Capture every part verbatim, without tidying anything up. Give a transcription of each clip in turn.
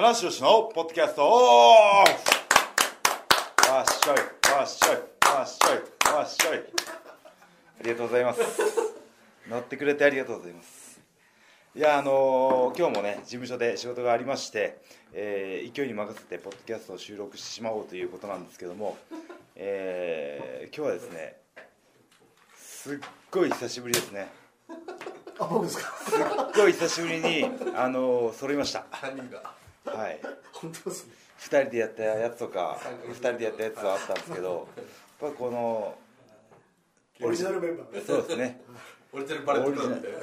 棚橋宏のポッドキャストオフ。わっしょいわっしょいわっしょいわっしょい。ありがとうございます。乗ってくれてありがとうございます。いや、あのー、今日もね事務所で仕事がありまして、えー、勢いに任せてポッドキャストを収録してしまおうということなんですけども、えー、今日はですねすっごい久しぶりですね。 あ、僕ですか。 すっごい久しぶりにあのー、揃いました。 さんにんがはい。 本当ですね。 ふたりでやったやつとかふたりでやったやつはあったんですけど、やっぱこのオリジナルメンバー。 そうですね。 オリジナルバレットクラブみたい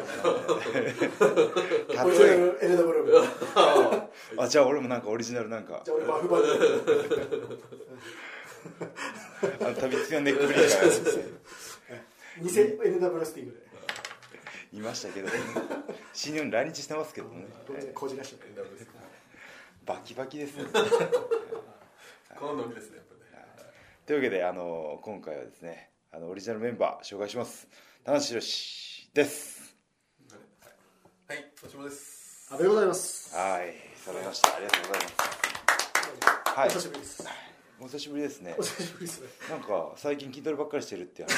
な。 オリジナル エルダブリュー。 あ、じゃあ俺もなんかオリジナルなんか。 じゃあ俺バフバで。 あの旅付きのネックブリーカー。 偽 エヌダブリュー スティングで。 いましたけど、新日本に来日してますけどね。 こじらしちゃって。 バキバキですね。 このノリですね、やっぱね。 というわけで、あの今回はですね、あのオリジナルメンバー紹介します。田中宏です。 はい、おしもです。 ありがとうございます。 はい、揃いました。ありがとうございます。はい、 お久しぶりです。 お久しぶりですね。 お久しぶりですね。 なんか最近筋トレばっかりしてるって話。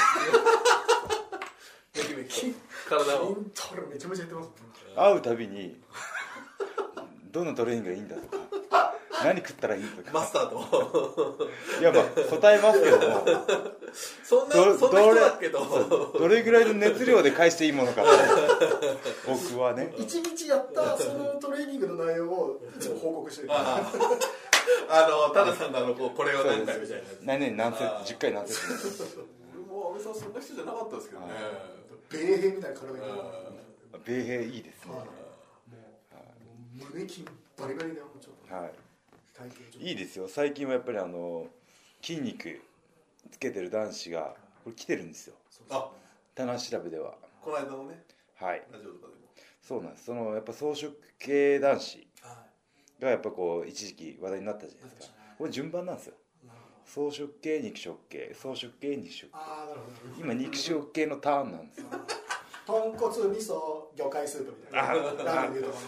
めきめき体を筋トレめちゃめちゃやってます。 会うたびにどのトレーニングがいいんだとか、何食ったらいいとか、 マスターといやまあ答えますけども、 そんなそんな人だけど、 どれぐらいの熱量で返していいものかと僕はね、 一日やったそのトレーニングの内容をいつも報告してる。 あのタナさんのあのこうこれを何回みたいなやつ。 何々何セットじゅっかい何セット。 俺も安倍さんそんな人じゃなかったですけどね。 米兵みたいな体に。 米兵いいですね。 胸筋バリバリでもちょっと。 はい。 体型ちょっといいですよ。最近はやっぱりあの筋肉つけてる男子がこれ来てるんですよ。 あ、 棚調べでは。 この間のね、 はい。 ラジオとかでも。 そうなんです。そのやっぱ草食系男子がやっぱこう一時期話題になったじゃないですか。これ順番なんですよ。草食系、肉食系、草食系、肉食系。 ああ、なるほど。 今肉食系のターンなんですよ。 豚骨味噌魚介スープみたいな。 あラーメンで言うと。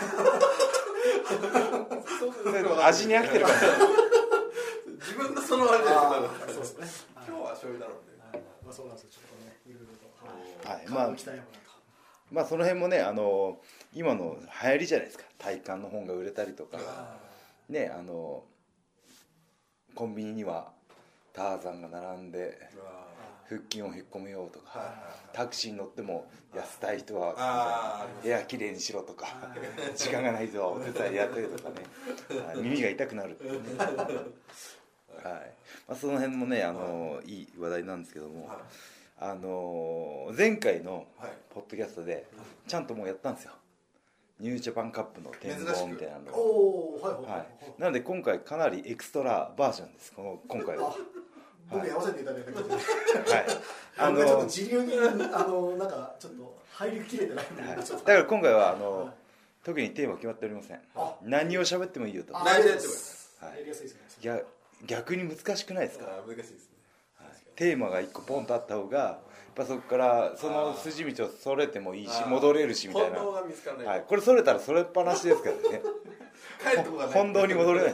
それ味に飽きてるから。 自分のそのあれじゃないですか。 そうですね。 今日は醤油だろうね。 まあそうなんですよ。ちょっとね、いろいろと。 はい。まあまあ期待やもなと。 まあその辺もね、あの今の流行りじゃないですか。体感の本が売れたりとか、ね、あのコンビニにはターザンが並んで腹筋を引っ込めようとか、タクシーに乗っても痩せたい人は部屋きれいにしろとか、時間がないぞお手伝いやったりとかね、耳が痛くなるっていうね。はい。まあその辺もね、あのいい話題なんですけども、あの前回のポッドキャストでちゃんともうやったんですよ。ニュージャパンカップの展望みたいなのを。 おお、はいはいはい。なので今回かなりエクストラバージョンです。この今回は。 僕やらせていただいた感じで。 はい。 あのちょっと自流にあのなんかちょっと入りきれてないんで、 はい、 ちょっとだから今回はあの、はい、特にテーマ決まっておりません。 あ、 何を喋ってもいいよと。 あ、大丈夫です。 はい。 やりやすいですね。 逆逆に難しくないですか。 あ、難しいですね。 はい、テーマが一個ポンとあった方が、やっぱそこからその筋道をそれてもいいし、戻れるしみたいな。 本当が見つからない。 はい。これそれたらそれっぱなしですからね。 帰るとこがない。 本当に戻れない。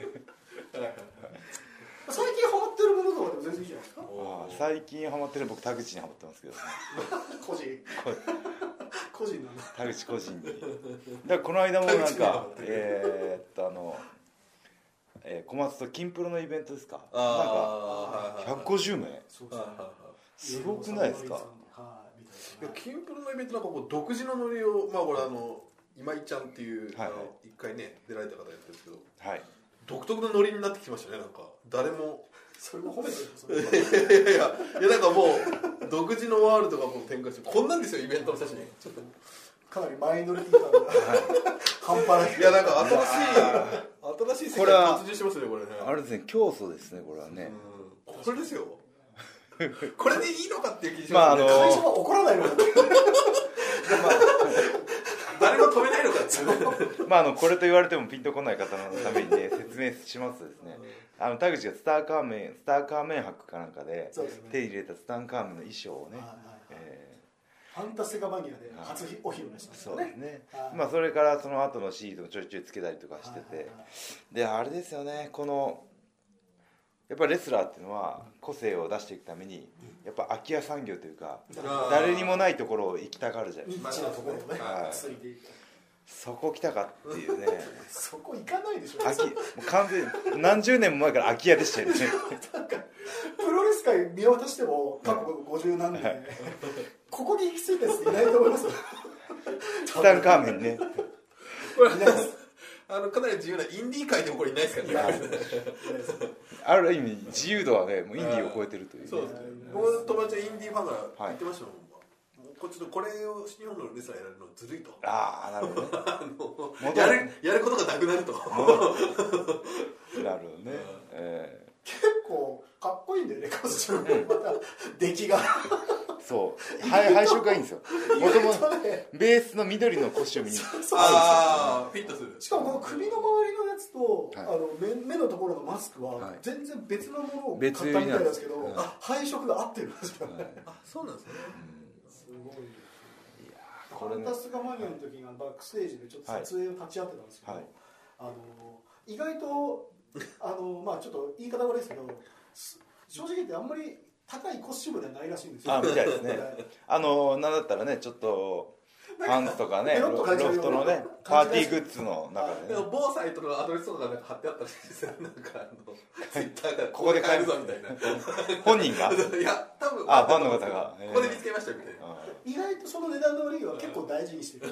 最近ハマってるものとかでも全然いいじゃないですか。 あ、最近ハマってる僕田口にハマってますけどね。 個人個人なんだ。 田口個人に。だからこの間もなんかえー、っとあの、えー、小松と金プロのイベントですか。なんかひゃくごじゅうめい。すごくないですか。 金プロのイベントなんかこう独自のノリを、まあこれあの今井ちゃんっていう、はい、あの一回ね出られた方やってるんですけど。はい。独特のノリになってきましたね。なんか誰もそれも褒めてるんですよ。 いやいやいやいや、なんかもう独自のワールドがもう展開してこんなんですよ。イベントの写真ちょっとかなりマイノリティ感が半端ない。 いや、なんか新しい新しい世界に突入しますねこれね。 あれですね、競争ですねこれはね。 これですよ。これでいいのかっていう気がしまますね。 ああの会社は怒らないのか。 誰も止めないのかっていうね。 まああのこれと言われてもピンとこない方のためにね説明しますとですね、あの田口がスターカーメンスターカーメン博かなんかで手に入れたツタンカーメンの衣装をね、えファンタスティカマニアで初お披露目したんですよね。 そうですね。まあそれからその後のシリーズもちょいちょいつけたりとかしてて、であれですよね、このやっぱりレスラーっていうのは個性を出していくためにやっぱ空き家産業というか誰にもないところを行きたがるじゃないですか。 ニッチなところをね、 はい、 ついていく。 そこ来たかっていうね。 そこ行かないでしょ。 空きもう完全に何十年も前から空き家でしたよね。 なんかプロレス界見渡しても過去ごじゅう何年、はい、ここに行き着いたやついないと思いますよ。 ツタンカーメンね。 これあのかなり自由なインディー界でもこれいないですからね。 ある意味自由度はねもうインディーを超えてるという、ね、 そうですね。僕の友達はインディーファンが言ってましたもん、はい、こっちとこれを日本のレスラーやるのずるいと。ああなるほどね。あのやるやることがなくなると。なるほどね。えー、 結構かっこいいんだよね、コスチューム、また出来が。 そう配色がいいんですよ。もともとベースの緑のコスチュームにああフィットする。 しかもこの首の周りのやつと、はい、あの 目, 目のところのマスクは全然別のものを買ったみたいなんですけど、はい、あ配色が合ってるんですよね、はい、 あそうなんですね、 うん、すごい。いやファンタスティカマニアの時にバックステージでちょっと撮影を立ち会ってたんですけど、はい、あの意外とあのまあちょっと言い方悪いですけど正直言ってあんまり高いコスチュームではないらしいんですよ。 あみたいですね。あのなんだったらねちょっとパンツとかねロフトのねパーティーグッズの中でね。 でも某サイトのアドレスとかが貼ってあったらしいですよ。なんかあのツイッターからここで買えるぞみたいな。 本人が？ いや多分あファンの方がここで見つけましたみたいな。 意外とその値段の割には結構大事にしてる。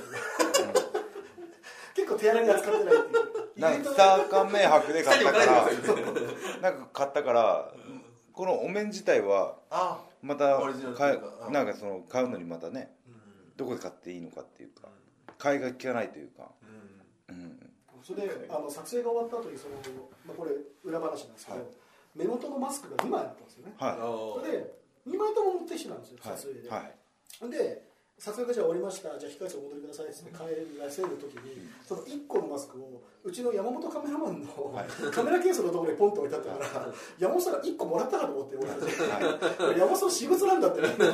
結構手荒に扱ってないっていう。 なんかツタンカーメン博で買ったからなんか買ったから。このお面自体はまたなんかその買うのにまたね、うん、どこで買っていいのかっていうか、うん、買いが利かないというか、うんうん、 それであの撮影が終わった後にその、まあ、これ裏話なんですけど、はい、目元のマスクがにまいあったんですよね、はい、それでにまいとも持ってきてたんですよ、撮影で、はいはい、で撮影がじゃあ終わりました、じゃあ控え室お戻りくださいって帰らせる時に、うん、そのいっこのマスクをうちの山本カメラマンの、はい、カメラケースのところにポンと置いてあったから、はい、山本さんがいっこもらったかと思って俺たち、はい、山本さん私物なんだって言って持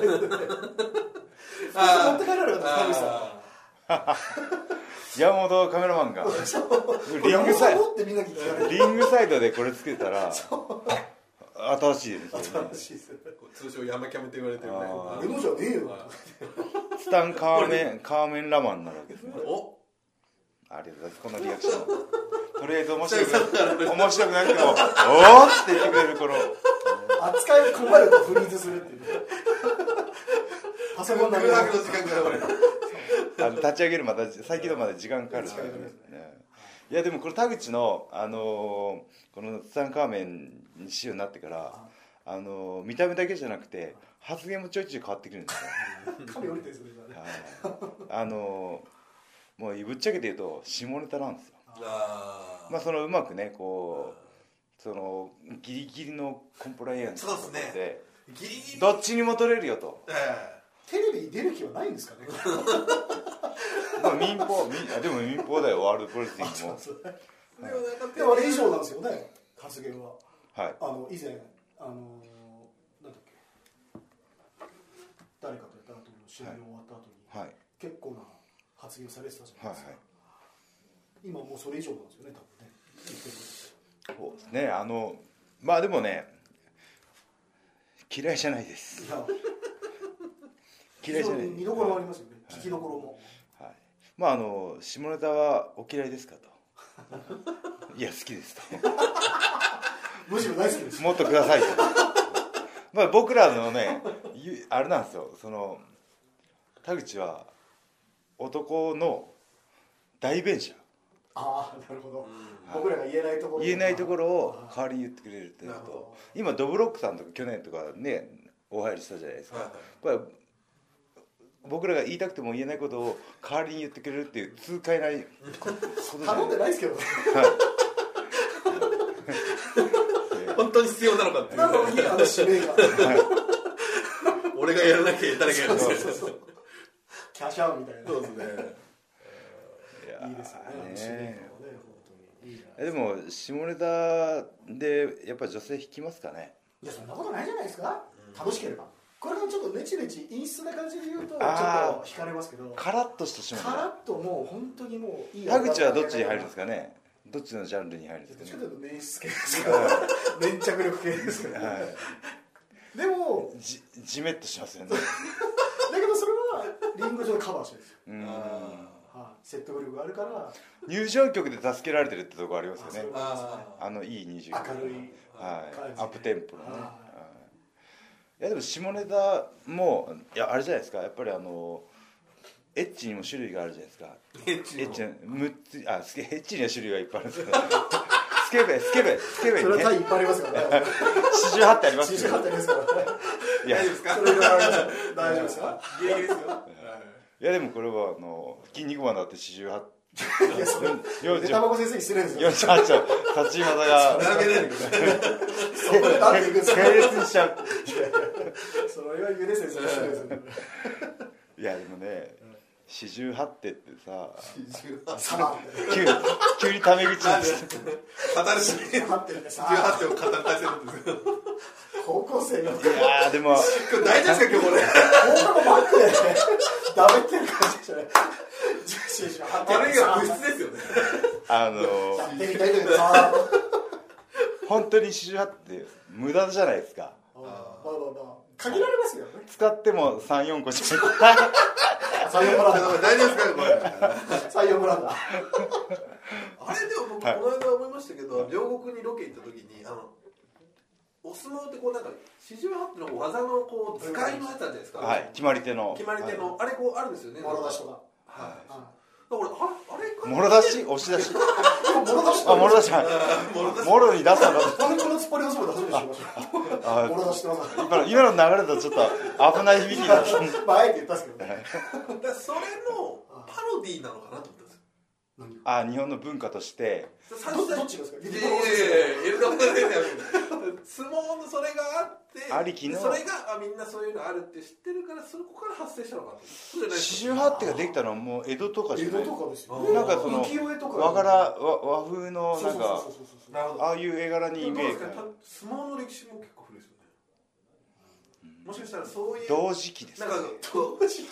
って帰られなかったんですよ。山本カメラマンがリングサイドリングサイドでこれつけたら新しいですよね。 新しいですよね。 通称ヤマキャムって言われてるね。 俺のじゃねえよ。 ツタンカーメンカーメンラマンになるわけですね。 おありがとうございます。このリアクション。とりあえず面白く面白くないけど、おーって言ってくれるこの扱い困るとフリーズするっていう。パソコンの時間があの立ち上げるまた再起動まで時間かかるからね。いやでもこの田口のあのー、このツタンカーメンに仕様になってから。あの見た目だけじゃなくて発言もちょいちょい変わってくるんですよ。 髪降りてるんですよね。 あのもうぶっちゃけて言うと下ネタなんですよ。あまあそのうまくねこうそのギリギリのコンプライアンスそうですね。 ギリギリどっちにも取れるよと。 えー、テレビに出る気はないんですかね。 まあ民放民でも民放だよワールドプロレスリングも。 でもあれ以上なんですよね発言は。 はい。 あの以前。あのー、なんだっけ誰かとやった後の試合が終わった後に、はい、結構な発言されてたじゃないですか、はいはい、今もうそれ以上なんですよね多分ね言ってるそうですねあのまあでもね嫌いじゃないです嫌いじゃない見どころもありますよね、はい、聞きどころも、 はい、まああの下ネタはお嫌いですかといや好きですとむしろ大好きですもっとくださいとまあ僕らのねあれなんですよその田口は男の代弁者ああなるほど、はい、僕らが言えないところ言えないところを代わりに言ってくれるっていうと今ドブロックさんとか去年とかねお入りしたじゃないですか、はいはい、これ僕らが言いたくても言えないことを代わりに言ってくれるっていう痛快なこと頼んでないですけどね、はい本当に必要なのかっていう。 なのにあの使命が。 俺がやらなきゃいけないけど。 キャシャウみたいな。 そうですね。 いいですよね。使命感はね本当にいいじゃないでも下ネタでやっぱり女性引きますかね。 いやそんなことないじゃないですか。楽しければ。 これがちょっとネチネチ陰湿な感じで言うとちょっと惹かれますけど、 カラッとした下ネタ、 カラッともう本当にもういい。 田口はどっちに入るんですかね。どっちのジャンルに入るんですかね。 ちょっと演出系ですから粘着力系ですから、はい、でもじじめっとしますよねだけどそれはリンゴ上でカバーしてるんですよ。うん、はあ、説得力があるから入場曲で助けられてるってところありますよね。ああのいい入場曲、 明るい、 はい、アップテンポのね。いやでも下ネタもいやあれじゃないですか、やっぱりあのエッチにも種類があるじゃないですか。 エッチのエッチむっつあスケエッチには種類がいっぱいあるんですけどスケベスケベスケベにね、 それは単位いっぱいありますからね四十八ってあります四十八ってありますからねいや大丈夫ですか、 それぐらいありますよ大丈夫ですか、 ギリギリですよいやでもこれはあの筋肉マンだって四十八いやそれでタバコ先生に失礼ですよ。 よんじゅうはちは立ち技がなわけないんだけどそれなんて言うんですか。 並列しちゃうそれはゆで先生に失礼ですよ。 いやでもね四十八手ってささ急急にタメ口にして語るし四十八手ってさ四十八手を語る体制なんですよ高校生のいやでも大丈夫ですか今日これ放課後バックでダメってる感じじゃない。 あれが物質ですよね。 あのやってみたいんだけどさ本当に四十八って無駄じゃないですか。 まあまあまあ限られますよね。 使ってもさん、よんこしか採用ブランド大丈夫ですか採用ブランドあれでも僕この間思いましたけど、両国にロケ行った時にあのお相撲ってこうなんか四十八の技のこう使いのやつあるじゃないですか。 はい、決まり手の決まり手の、はい、あれこうあるんですよね。 もろ出しとか。 はい。はい、俺あれあれもろ出し押し出し。 もろ出し。 あもろ出し。もろに出したの。 このこの突っ張りの相撲で初めて知りました。もろ出しってます。 今の今の流れだとちょっと危ない響きだ。 まああえて言ったんですけどね。 それのパロディーなのかなと思ったんですよ。 あ日本の文化としてどっちですか。 いやいやいや相撲のそれがあってありきのそれがあみんなそういうのあるって知ってるからそこから発生したのかな。 四十八手ができたのはもう江戸とかじゃない。 江戸とかですよ。 なんかその和柄和和風のなんかああいう絵柄にイメージ。 相撲の歴史も結構古いですよね。もしかしたらそういう同時期ですか。 なんか同時期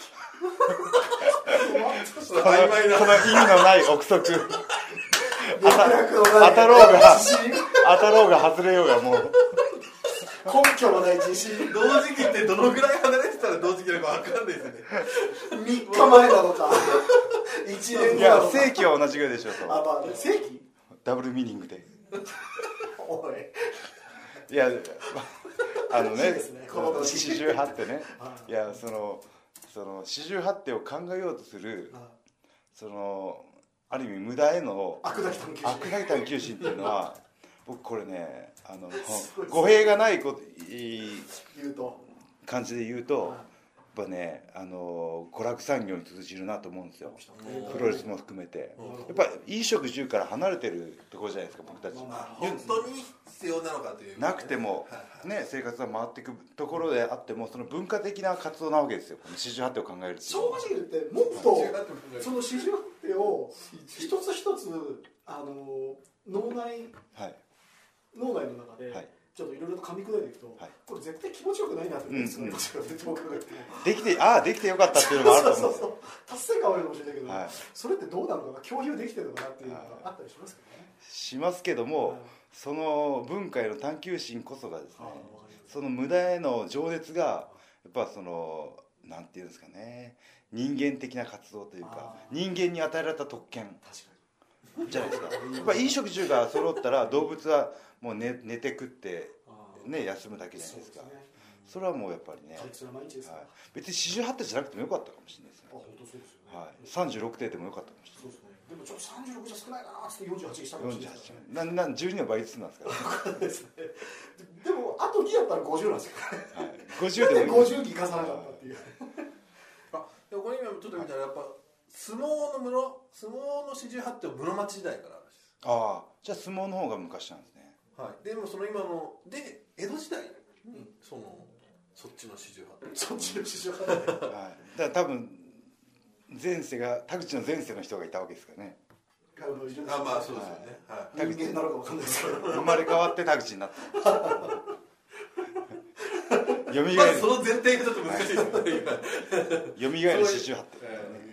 このこの意味のない憶測当たろうが当たろうが外れようがもう根拠のない自信。 同時期ってどのぐらい離れてたら同時期なのか分かんないですよね。 みっかまえなのかいちねんごなのか。 いや世紀は同じぐらいでしょうと。 あまあ世紀ダブルミーニングでおいいやあのね四十八手ねいやそのその四十八手を考えようとするそのある意味無駄への悪なき探求心悪なき探求心っていうのは僕これねあの語弊がないこと言うと感じで言うとやっぱねあの娯楽産業に通じるなと思うんですよ。プロレスも含めてやっぱり衣食住から離れてるところじゃないですか僕たち。 本当に必要なのかという、ね、 なくてもね生活が回っていくところであってもその文化的な活動なわけですよ。四十八手を考えると正直言ってもっとその四十八手を一つ一つあの脳内、はい、脳内の中で、はいちょっといろいろと噛み砕いていくと、はい、これ絶対気持ちよくないなって思うんですよね。 できてああできてよかったっていうのもあると思うんですよ。 達成感はあるかもしれないけど、はい、それってどうなのかな共有できてるのかなっていうのがあったりしますけどね。 しますけども、はい、その文化への探求心こそがですね、その無駄への情熱がやっぱそのなんていうんですかね人間的な活動というか人間に与えられた特権じゃないですか。やっぱり衣食住が揃ったら動物はもう 寝, 寝て食って、ね、休むだけじゃないですか。 そ, うです、ね、それはもうやっぱりね、はい、別に四十八手じゃなくてもよかったかもしれないですね。 あ本当そうですよね、はい、 さんじゅうろく手でもよかったかもしれない。 そうですね、でもちょっとさんじゅうろくじゃ少ないかなってよんじゅうはちにしたかもしれないですね。 よんじゅうはちななじゅうにの倍率なんですから、ね、 ですね。でもあとにやったらごじゅうなんですよ、はい、 ごじゅうでもごじゅうに生かさなかったっていうあでもこれ今ちょっと見たらやっぱ相撲の室相撲の四十八手を室町時代からあるんです。 ああじゃあ相撲の方が昔なんですね。 はい、でもその今ので江戸時代にそのそっちの四十八手そっちの四十八手、はい、 だから多分前世が田口の前世の人がいたわけですからね。 あまあそうですよね、はいはい、人間なのか分かんないですけど生まれ変わって田口になったよみがえる、まずその前提がちょっと難しいですよね、 よみがえる四十八手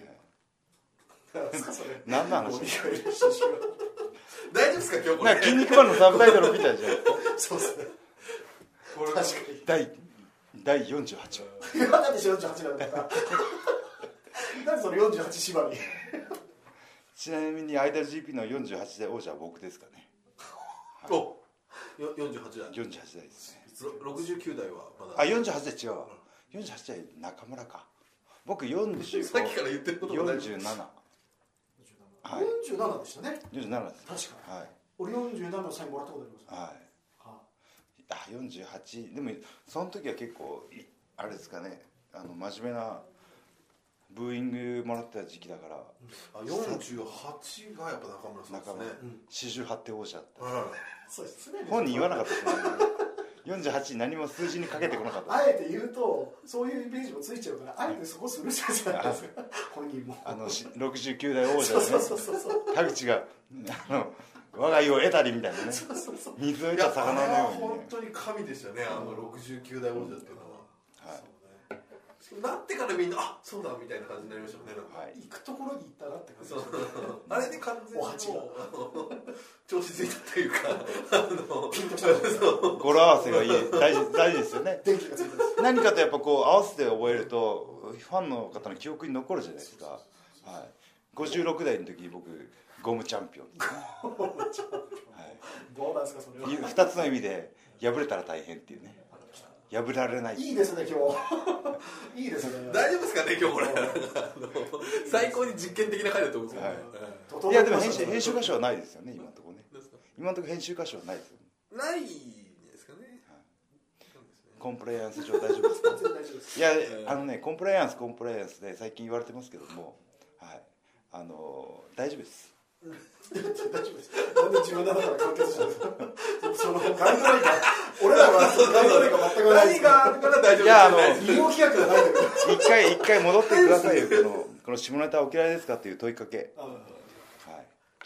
何の話大丈夫ですか今日これ。 筋肉マンのサブタイトルみたいじゃん。 そうですね。 確かに。 第第四十八話。なんで四十八なんだった。なんでその四十八縛り。 ちなみにアイダル ジーピー のよんじゅうはち代王者は僕ですかね。 お、よんじゅうはち代。 よんじゅうはち代ですね。 ろくじゅうきゅう代はまだ。 あ、よんじゅうはち代違うわ。よんじゅうはち代中村か。僕よんじゅうご。 さっきから言ってることもよんじゅうなな。 はい、よんじゅうななでしたね。 よんじゅうななです。 確かに。 はい。 俺よんじゅうななのサインもらったことあります。 はい。はあ、あ、よんじゅうはちでもその時は結構あれですかね。あの真面目なブーイングもらってた時期だから。 あ、よんじゅうはちがやっぱ中村さんですね。 四十八手王者だった。 そうですね。 本人言わなかったですね。よんじゅうはち何も数字にかけてこなかった。 あえて言うとそういうイメージもついちゃうからあえてそこスルーしたじゃないですか。本人もあのろくじゅうきゅう代王者でね。 そうそうそうそう。 田口があの我が家を得たりみたいなね。 そうそうそう。 水を得た魚のようにね。 本当に神でしたね。あのろくじゅうきゅう代王者っていうのは。はい。なってからみんなあそうだみたいな感じになりましたね。 はい。行くところに行ったなって感じ。 あれで完全にもう調子ついたというか、 ピンときた。 語呂合わせがいい大事大事ですよね。 電気がついた。 何かとやっぱこう合わせて覚えるとファンの方の記憶に残るじゃないですか。はい。ごじゅうろく代の時に僕ゴムチャンピオンですね。 ゴムチャンピオン。はい。どうなんですかそれは。 二つの意味で破れたら大変っていうね。破られない。 いいですね今日。いいですね。 大丈夫ですかね今日これ。最高に実験的な回だと思うんですけど。いやでも編集編集箇所はないですよね今のところね。今のところ編集箇所はないですよ。 ないですかね。 コンプライアンス上大丈夫ですか。いやあのねコンプライアンスコンプライアンスで最近言われてますけども、はいあの大丈夫です。 大丈夫です。なんで自分の中から完結したんですか。そのガイドラインが俺らはガイドラインが全くない。何があるから大丈夫です。いやあの医療規約がないけど。 一回一回戻ってくださいよ。このこの下ネタお嫌いですかっていう問いかけ。はい。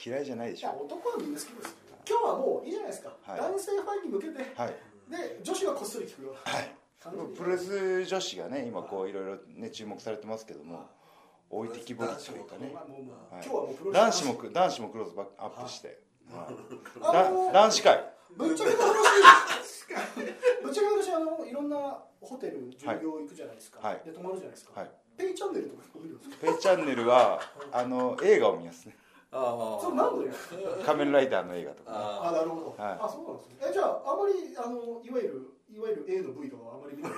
嫌いじゃないでしょ。 男はみんな好きです。今日はもういいじゃないですか。男性ファンに向けて。はい。で女子はこっそり聞くよ。はい。 プロレス女子がね今こういろいろね注目されてますけども。置いてきぼりというかね、男子も男子もクローズバックアップして、男子会ぶっちゃけた話ぶっちゃけた話あのいろんなホテル従業行くじゃないですか、で泊まるじゃないですか、ペイチャンネルとか見るんですか。 ペイチャンネルはあの映画を見ますね。 ああ、それ何度や。 仮面ライダーの映画とか。 ああ、なるほど。あ、そうなんですね。え、じゃああまりあのいわゆるいわゆる A の V とかはあまり見ない。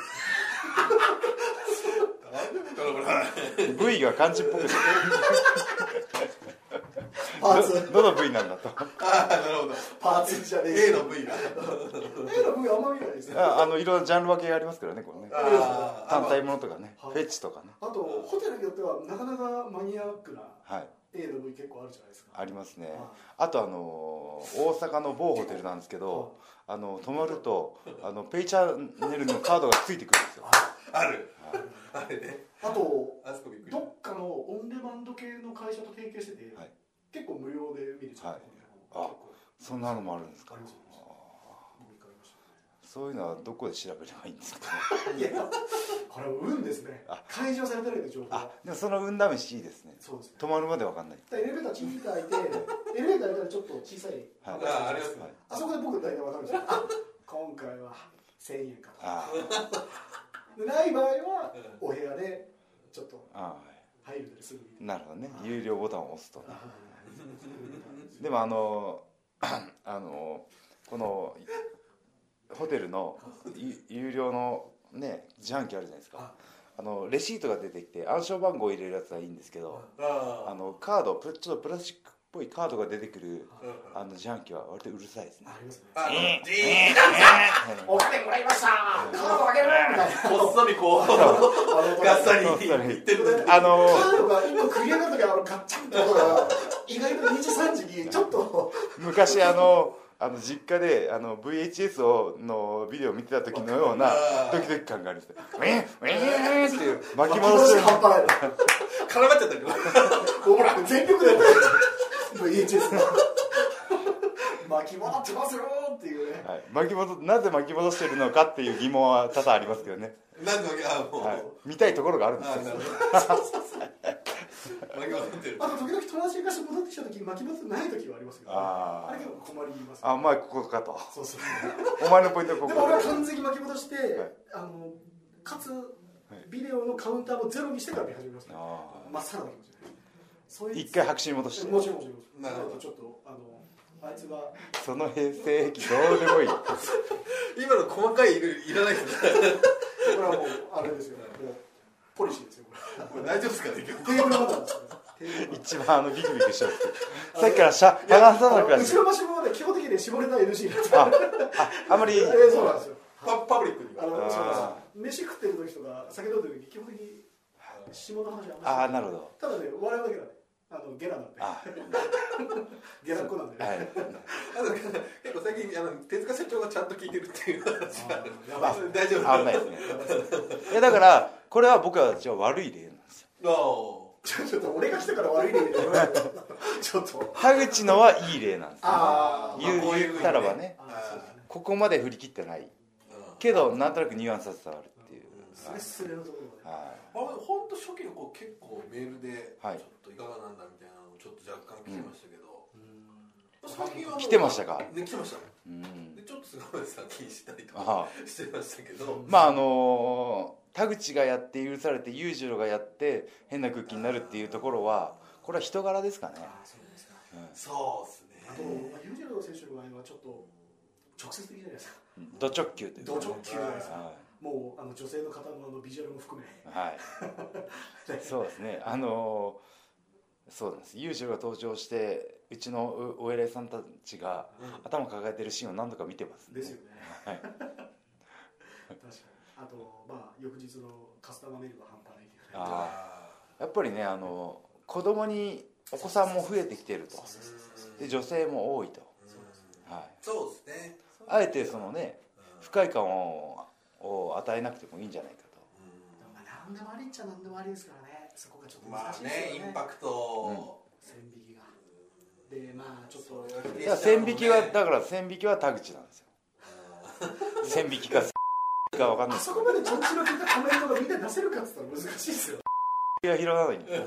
部位が漢字っぽくてパーツどの部位なんだと。 ああなるほど。 パーツじゃねえ。 A の部位が A の部位あんまり見ないですね。 ああのいろんなジャンル分けがありますからねこれね。単体ものとかね、フェチとかね。 あとホテルによってはなかなかマニアックな A の部位結構あるじゃないですか。 ありますね。あとあの大阪の某ホテルなんですけど、あの泊まるとあのペイチャンネルのカードがついてくるんですよ。 ある。あれね。 あとどっかのオンデマンド系の会社と提携してて、はい、結構無料で見れちゃう、はい、 あ、そんなのもあるんですか。そういうのはどこで調べればいいんですか。 いや、これは運ですね。開示されてない情報。 あ、でもその運試しいいですね。 そうですね。 止まるまでわかんない。 エレベーターチンって開いて、エレベーター開いたらちょっと小さい。 あ、あります。 あそこで僕大体わかるんですよ。あ、今回はせんえんかと。ない場合はお部屋でちょっと入るんですぐ。 なるほどね。有料ボタンを押すと。でもあのあのこのホテルの有料のね自販機あるじゃないですか。あのレシートが出てきて暗証番号を入れるやつはいいんですけど、あのカードちょっとプラスチックっぽいカードが出てくるあの自販機は割とうるさいですね。 ありますね。お金もらいました。カードあげるみたいな。 こっそりこうガッサリ言ってる。 あのカードが一個クリアな時あのガッチャンって音が意外とにじさんじにちょっと昔あの。あの実家であの ブイエイチエス をのビデオを見てた時のようなドキドキ感があるんですよ。ウィンウィンっていう巻き戻し半端ない。 絡まっちゃったけど。 ほら全力で ブイエイチエス の巻巻き戻ってますよっていうね、 はい、巻き戻なぜ巻き戻してるのかっていう疑問は多々ありますけどね。 なんであもう、はい、 見たいところがあるんですよ。 巻き戻ってる。 あと時々友達が戻ってきた時巻き戻ってない時はありますけど、ね、あ, あれ結構困ります、ね、 あお前ここかと。 そうそうお前のポイントはここか。 でも俺は完全に巻き戻して、はい、あのかつビデオのカウンターもゼロにしてから見始めますね。まっさらな気持ちでそういう一回白紙に戻して。 もちろんもちろん。なるほど。ちょっとあのあいつがその平成壁どうでもいい。 今の細かいいらないですね。 これはもうあれですよね。もうポリシーですよ。 これ大丈夫ですかね。 テーブルマターですよ。 一番あのビクビクしてる。さっきからしゃ話さなくなって。 後ろ橋もね基本的に絞れない エヌジー なんです。 ああまり。 そうなんですよ。 パパブリックに。 あのそう飯食ってる時とか酒飲んでる時基本的に下の話はあんまり。 ああなるほど。 ただね笑うだけだね。あのゲラなんで。ゲラっ子なんでね。はい。 あと結構最近あの手塚社長がちゃんと聞いてるっていう話が大丈夫。 危ないですね。いやだからこれは僕はじゃあ悪い例なんですよ。 ちょっと俺が来たから悪い例で言わないと。ちょっと。 田口のはいい例なんですよ。 ああ。 言ったらばね。ここまで振り切ってない。けどなんとなくニュアンスは伝わるっていう。 スレスレのところね。 はい。あれ本当初期の子結構メールでちょっといかがなんだみたいなのをちょっと若干来てましたけど、最近は来てましたか。 ね来てました。でちょっと菅原さん気にしたりとかしてましたけど、 まああの田口がやって許されて裕次郎がやって変な空気になるっていうところはこれは人柄ですかね。 そうですか。 そうですね。 あと裕次郎選手の場合はちょっと直接的じゃないですか。 ド直球という。 ド直球じゃないですか。もうあの女性の方のあのビジュアルも含め、 はい、そうですね。あのそうなんです。裕次郎が登場してうちのお偉いさんたちが頭抱えてるシーンを何度か見てますね。 ですよね。 はい。 確かに。あとまあ翌日のカスタマーメールが半端ないっていうね。 ああ。やっぱりねあの子供にお子さんも増えてきてると。で女性も多いと。はい。 そうですね。 あえてそのね不快感をを与えなくてもいいんじゃないかと。 まあ何でもありっちゃ何でもありですからね。そこがちょっと難しいですよね。 まあねインパクト、 線引きが。でまあちょっと。 いや線引きはだから線引きは田口なんですよ。線引きかかわかんない。 あそこまで調子の利いたコメントがみんな出せるかって言ったら難しいですよ。 いや拾わないんですよ。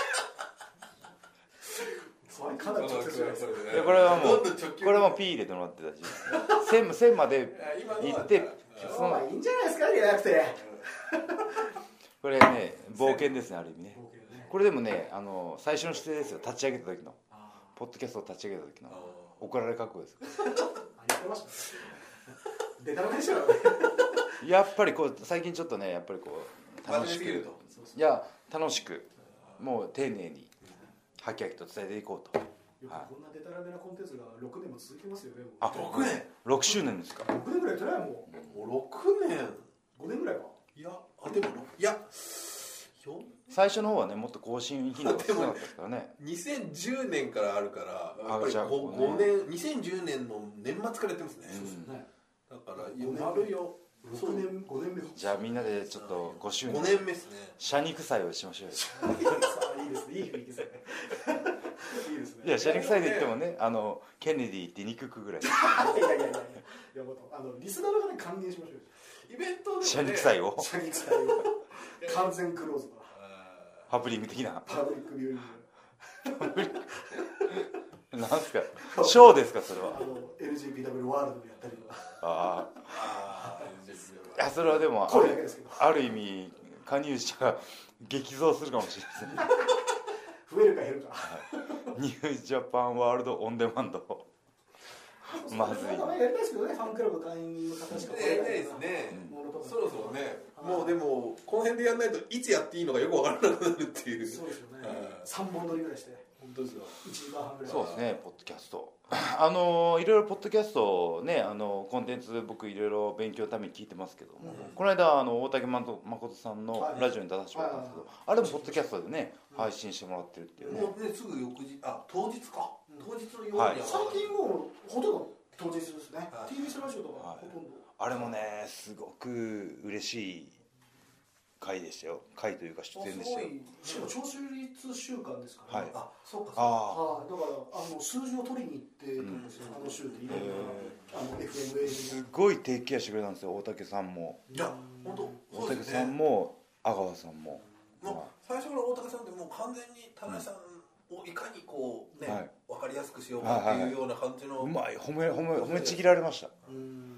かなり直接じゃないですか。 これはもうこれも P 入れてもらってたし、線線まで行ってそのいいんじゃないですか入れなくて。 これね冒険ですねある意味ね。これでもねあの最初の姿勢ですよ。立ち上げた時のポッドキャストを立ち上げた時の怒られ覚悟です。 言ってました。デタラメでしょ。 やっぱりこう最近ちょっとねやっぱりこう楽しくいや楽しくもう丁寧にはきはきと伝えていこうと。 こんなデタラメなコンテンツがろくねんも続きますよね。 あろくねんろくしゅうねんですか。 ろくねんぐらいじゃないもん。もうろくねんごねんぐらいか。 いやあでもいや最初の方はねもっと更新頻度が少なかったですからね。 にせんじゅうねんからあるからやっぱりごねんにせんじゅうねんの年末からやってますね。だから丸よろくねんごねんめ。 じゃあみんなでちょっとごしゅうねんごねんめですね。 社肉祭をしましょうよ。 いいですねいい雰囲気ですね。いいですね。 いや社肉祭で言ってもねあのケネディって肉食うぐらい。いやいやいやいやいやもっとあのリスナーの方に還元しましょうよ。 イベントで社肉祭を社肉祭を完全クローズだ。 パブリング的な。 パブリックビューイング。なんすかショーですかそれは。 あの エルジービーダブリュー ワールドでやったりとか。 ああ。いやそれはでもあるある意味加入者が激増するかもしれないですね。 増えるか減るか。 ニュージャパンワールドオンデマンド。まずい。 やりたいですけどねファンクラブ会員の方しかやりたいですね。そろそろねもうでもこの辺でやらないといつやっていいのかよくわからなくなるっていう。 そうですよね。さんぼん乗りぐらいして本当ですよ。 いちじかんはんぐらい。 そうですねポッドキャスト。あのいろいろポッドキャストねあのコンテンツ僕いろいろ勉強のために聞いてますけども、うん、この間あの大竹誠さんのラジオに出させてもらったんですけど、あれもポッドキャストでね、うん、配信してもらってるっていうね。 もうねすぐ翌日あ当日か、うん、当日のように、 はい、最近もうほとんど当日ですね、はい、ティービーエス ラジオとかほとんど、 はい、あれもねすごく嬉しい回でしたよ。回というか出演でしたよ。 しかも聴取率週間ですから、ね、 はい、 あ、そうかそうか。あ、だからあの数字を取りに行ってるんですよ、うん、あの週でいろいろあの エフエムエーすごいテイクケアしてくれたんですよ。大竹さんも、 いや本当、 大竹さんも阿川さんも、 もう最初から大竹さんってもう完全に田中さんをいかにこうね、はい、分かりやすくしようかっていうような感じの、 はいはいはい、うまい、褒め褒め褒めちぎられました。うん、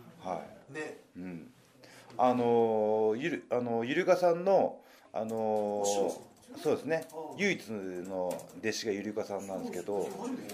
はいね、うん、あのゆるあのゆるかさんのあのー、そうですね、唯一の弟子がゆりかさんなんですけど、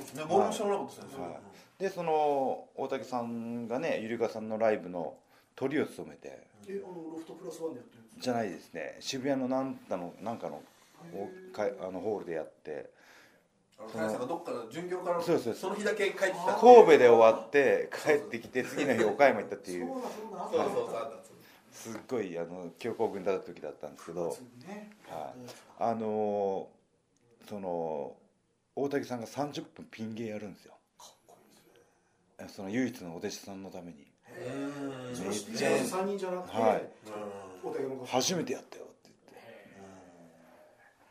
でその大竹さんがねゆりかさんのライブのトリを務めて、 え、あのロフトプラスワンでやってるんですか？ じゃないですね、渋谷のなんかのなんかのあのホールでやって、 田中さんがどっかの巡業からその日だけ帰ってきた、 神戸で終わって帰ってきて次の日岡山行ったっていう、そうそうそうすっごいあの強行軍だった時だったんですけど、ね、はい、あのー、その大竹さんがさんじゅっぷんピン芸やるんですよ。かっこいいですね。その唯一のお弟子さんのために。 めっちゃさんにんじゃなくて、はい、 初めてやったよって言って、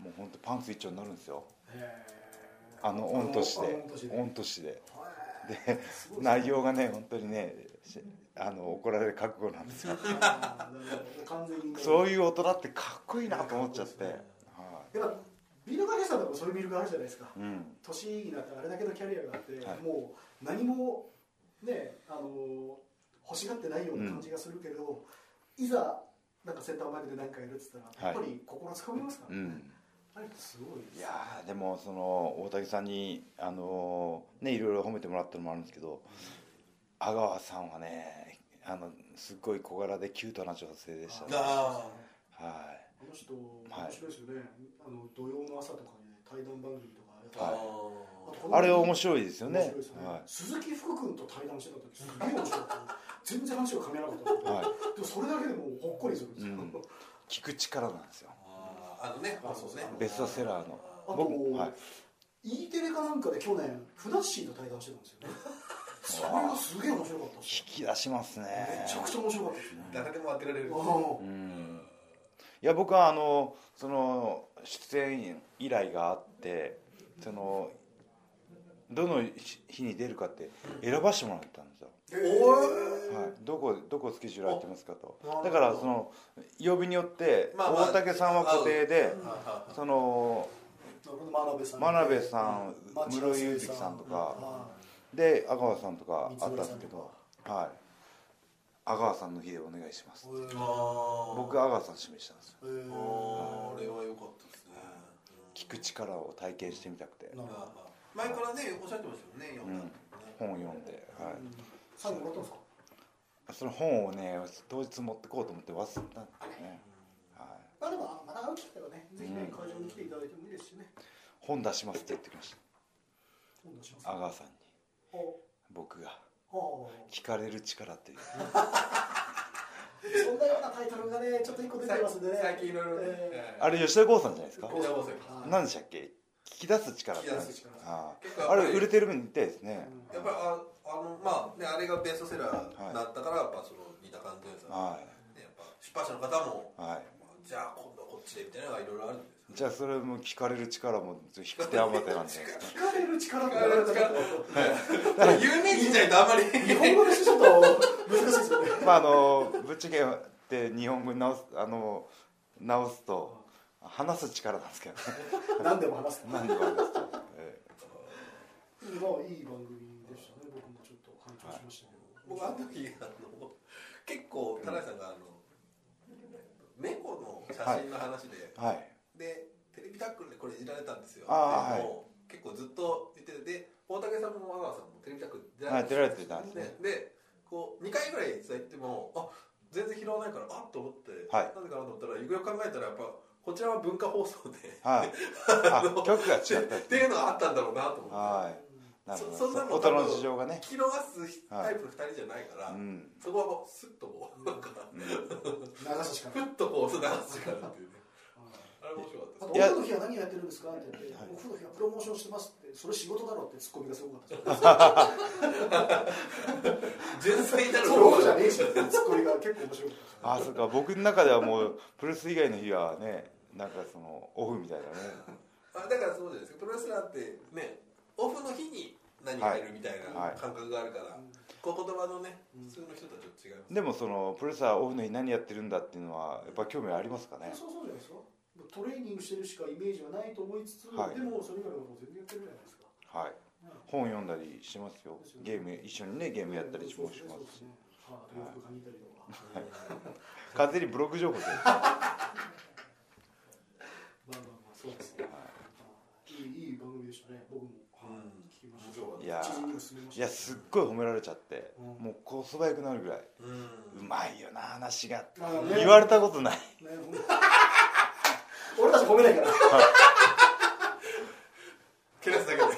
もう本当パンツ一丁になるんですよ。あの御年で御年でで内容がね本当にねあの怒られる覚悟なんですよ。そういう大人ってかっこいいなと思っちゃって、やっぱビル・ガレさんとかそういう魅力があるじゃないですか、うん、年になってあれだけのキャリアがあって、はい、もう何もねあの欲しがってないような感じがするけど、うん、いざなんかセンターマイクで何かやるって言ったら、はい、やっぱり心つかみますからね、うん、あれってすごいです、ね、 いやでもその大竹さんにあのねいろいろ褒めてもらったのもあるんですけど、うん、阿川さんはねあのすっごい小柄でキュートな女性でしたね。あ、 はい、あの人面白いですよね、はい、あの土曜の朝とかに、ね、対談番組とかやった、はい、 あ, あれ面白いですよね。 面白いですね、はい、鈴木福君と対談してた時すげえ面白かった全然話が噛めなかった、はい、でもそれだけでもほっこりするんですよ、うん、 聞く力なんですよ。 あのね、あそうね、 ベストセラーのあと、はい、E テレかなんかで去年ふなっしーと対談してたんですよね。それがすげえ面白かったです。 引き出しますね。 めちゃくちゃ面白かったですね。 誰でも当てられる。 うん、いや僕はあのその出演依頼があってそのどの日に出るかって選ばしてもらったんですよ。えーはい、どこどこスケジュール空いてますかと。だからその曜日によって大竹さんは固定で、その真鍋さん、室井裕二さんとかで阿川さんとかあったんですけど、はい、阿川さんの日でお願いします。僕阿川さん指名したんですよ。 あれは良かったですね。 聞く力を体験してみたくて。 前からねおっしゃってましたよね。 うん、本を読んで、はい。 最後もらったんですか？ その本をね当日持ってこうと思って忘れたんですね。 はい。まあでもまだ会う機会はね、ぜひね会場に来ていただいてもいいですしね。 本出しますって言ってきました。 本出します。 阿川さんに。僕が聞かれる力っていう。 そんなようなタイトルがねちょっと一個出てますんでね。 最近いろいろね。 あれ吉田剛さんじゃないですか。 吉田剛さん。 何でしたっけ？聞き出す力。 聞き出す力。 ああれ売れてるみたいですね。 やっぱりああのまあねあれがベストセラーになったからやっぱその似た感じですよね。やっぱ出版社の方もじゃあ今度こっちでみたいなのがいろいろあるんです。 じゃあそれも聞かれる力も低くて余ってなんじゃないですか。聞かれる力って言われたら有名人じゃないとあんまり日本語でちょっと難しいですよね。 まああのぶっちゃけって日本語に直すあの直すと話す力なんですけどね。 何でも話す。 何でも話す。ええ、まあいい番組でしたね。僕もちょっと感動しましたけど。 僕あの時あの結構田中さんがあの猫の写真の話で。はい。でテレビタックルでこれいじられたんですよ。あ、はい、もう結構ずっと言ってて、で大竹さんも阿川さんもテレビタックル出られてたんですね。でこうにかいぐらい伝えてもあ全然拾わないからあっと思って、はい、なんでかなと思ったらよくよく考えたらやっぱこちらは文化放送で、はい、 あ曲が違ったっていうのがあったんだろうなと思って。はい。 そ, そんなの音の事情がね聞き逃すタイプのふたりじゃないから、はい、うん、そこはこうスッとこうなんか、うん、 流すしかない。 ふっとこう流すしかないっていうね。あれ面白かった。 あとオフの日は何やってるんですかって言って、はい、オフの日はプロモーションしてますって、それ仕事だろってツッコミがすごかったです。 純粋なるそうじゃねえし、ツッコミが結構面白かった。 ああ、そっか、僕の中ではもうプロレス以外の日はね、なんかそのオフみたいなね。 あ、だからそうじゃないですか。プロレスラーってね、オフの日に何かやるみたいな感覚があるから、はいはい、こう言葉のね、普通の人とちょっと違います。 でもそのプロレスラーオフの日何やってるんだっていうのはやっぱ興味ありますかね。 そうそうじゃないですか。トレーニングしてるしかイメージはないと思いつつ、はい、でもそれ以外のこと全然やってるじゃないですか。 はい。本読んだりしてますよ。ゲーム一緒にね、ゲームやったりしますし。完全にブログ情報で。まあまあまあそうですね。いいいい番組でしたね。僕も聞きました。 いやいやすっごい褒められちゃって、もうこう素早くなるぐらい。うまいよな話が。言われたことない。 俺たち褒めないから。 ケラスだけで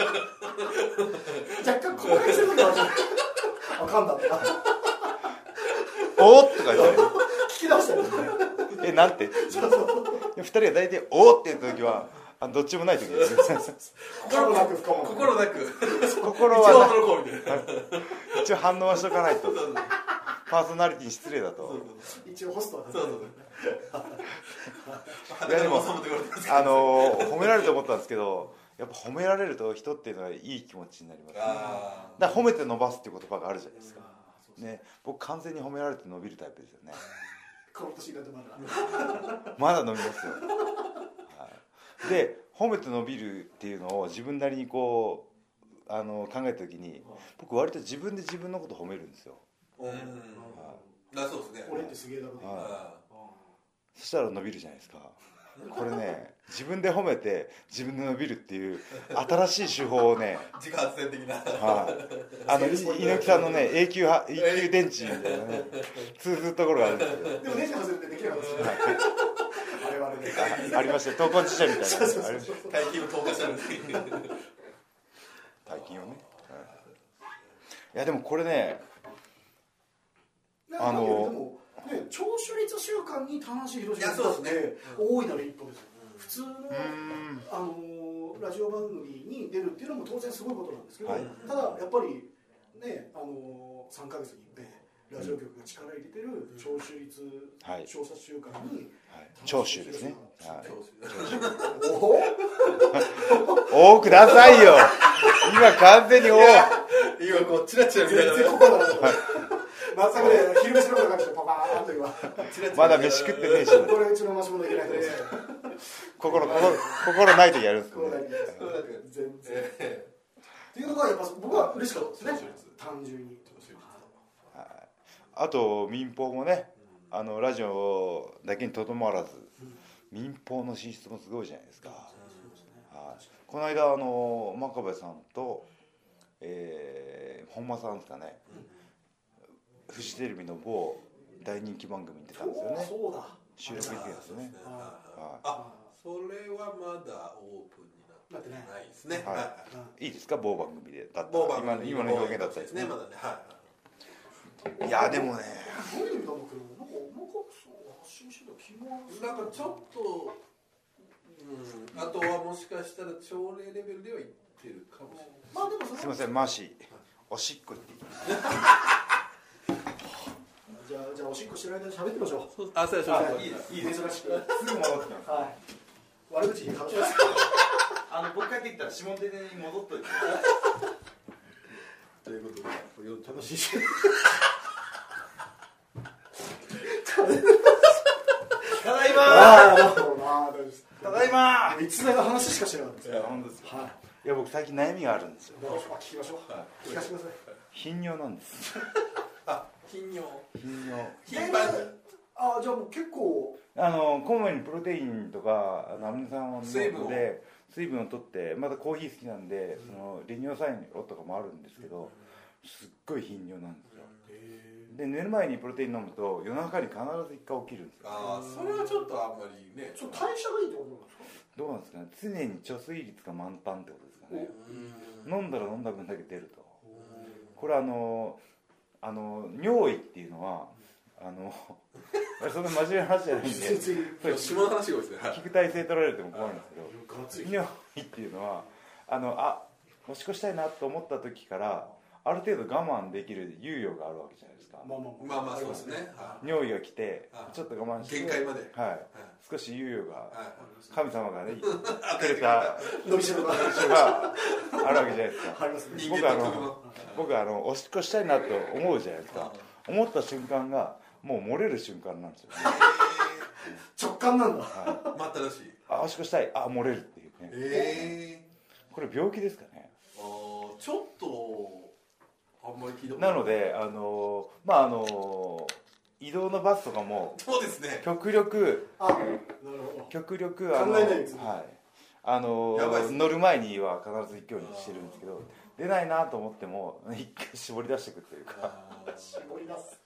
若干公開するときはあかんだったおーっとか言って聞き直したよえ、なんてふたりが大体おーって言ったときはあどっちもないときです心なく不可も心なく心は一応反応はしとかないとパーソナリティに失礼だと一応ホストはそうそういやでもあの褒められると思ったんですけどやっぱ褒められると人っていうのはいい気持ちになりますね。だから褒めて伸ばすっていう言葉があるじゃないですか。ね、僕完全に褒められて伸びるタイプですよね。 この年になってまだまだ伸びますよ。はい、で褒めて伸びるっていうのを自分なりにこうあの考えた時に僕割と自分で自分のこと褒めるんですよ。 うん。はい、だそうですね。 俺ってすげえだろ。はい。 そしたら伸びるじゃないですか。これね自分で褒めて自分で伸びるっていう新しい手法をね自家発電的な、 はい、あの猪木さんのね永久は永久電池みたいなね通ずるところがあるんですよ。 でも電池外れてできなかったですよね。あれはあれであ, ありましたよ闘魂自社みたいな大金を投下したんですけど大金をね、はい、いやでもこれねあのね、聴取率週間に田無宏が出たって大いなる一歩ですよ、うん、普通の、あのー、ラジオ番組に出るっていうのも当然すごいことなんですけど、はい、ただやっぱりね、あのー、さんかげつにいっぺんラジオ局が力入れてる聴取率調査週間に、 はい、聴取ですね、はい、 おおくださいよ今完全にお今こうチラチラ見ながらまさかね、昼飯のような感じでパパーンと今まだ飯食ってねえしこれうちのマシュマロいけないです心心ないとやるんですね全然っていうのがやっぱ僕は嬉しかったですね単純に。 あと民放もねあのラジオだけにとどまらず民放の進出もすごいじゃないですか。この間あの真壁さんと、えー、本間さんですかねフジテレビの某大人気番組に出たんですよね。 そうだ収録行くやつね。 あ、それはまだオープンになってないですね。 はい。いいですか某番組でだった某番組今の表現だったですね。まだね。はい。 いやでもね。 どういう意味だろうけどなんかなんか発信してた気もなんかちょっとうんあとはもしかしたら朝礼レベルではいってるかもしれない。 まあでもすみませんマーシーおしっこってじゃあ、じゃあおしっこしてる間に喋ってみましょう。 あ、そうです。はいいです。いいです。珍しく。すぐ戻ってきます。 はい。悪口言う話です。 あの僕帰ってきたら下手に戻っといて。 ということで、 楽しい。 ただいまー。ただいまー。 いつだか話しかしてなかったです。 いや本当です。 はい。 いや僕最近悩みがあるんですよ。 聞きましょう。聞かせてください。 頻尿なんです。 あ、頻尿。 頻尿。 頻繁に。 あ、じゃあもう結構あのこまめにプロテインとかアミノ酸を飲んで水分を取ってまたコーヒー好きなんで、うん、その利尿作用とかもあるんですけど、すっごい頻尿なんですよ。で寝る前にプロテイン飲むと夜中に必ず一回起きるんですよ。 ああ、それはちょっとあんまりね。 ちょっと代謝がいいってことなんですか。 どうなんですかね。常に貯水率が満タンってことですかね。飲んだら飲んだ分だけ出ると。これあのあの尿意っていうのはあのそんな真面目な話じゃないんで下の話が多いですね。 聞く体勢取られても困るんですけど、尿意っていうのはあのあおしっこしたいなと思った時からある程度我慢できる猶予があるわけじゃないですか。 まあまあまあそうですね。 尿意が来てちょっと我慢して限界まで、 はい、少し猶予が神様がねくれた伸びしろがあるわけじゃないですか。僕はあの僕はあのおしっこしたいなと思うじゃないですか。思った瞬間がもう漏れる瞬間なんですよね。 直感なんだ。 待ったらしい。 あ、おしっこしたい、あ、漏れるっていうね。 えこれ病気ですかね。 あ、ちょっとあんまり聞いたことない。なのであのまああの移動のバスとかもそうですね。 極力あ、なるほど。 極力あの考えないですね。 はい。あの乗る前には必ず行くようにしてるんですけど、出ないなと思っても一回絞り出していくというか。 絞り出す。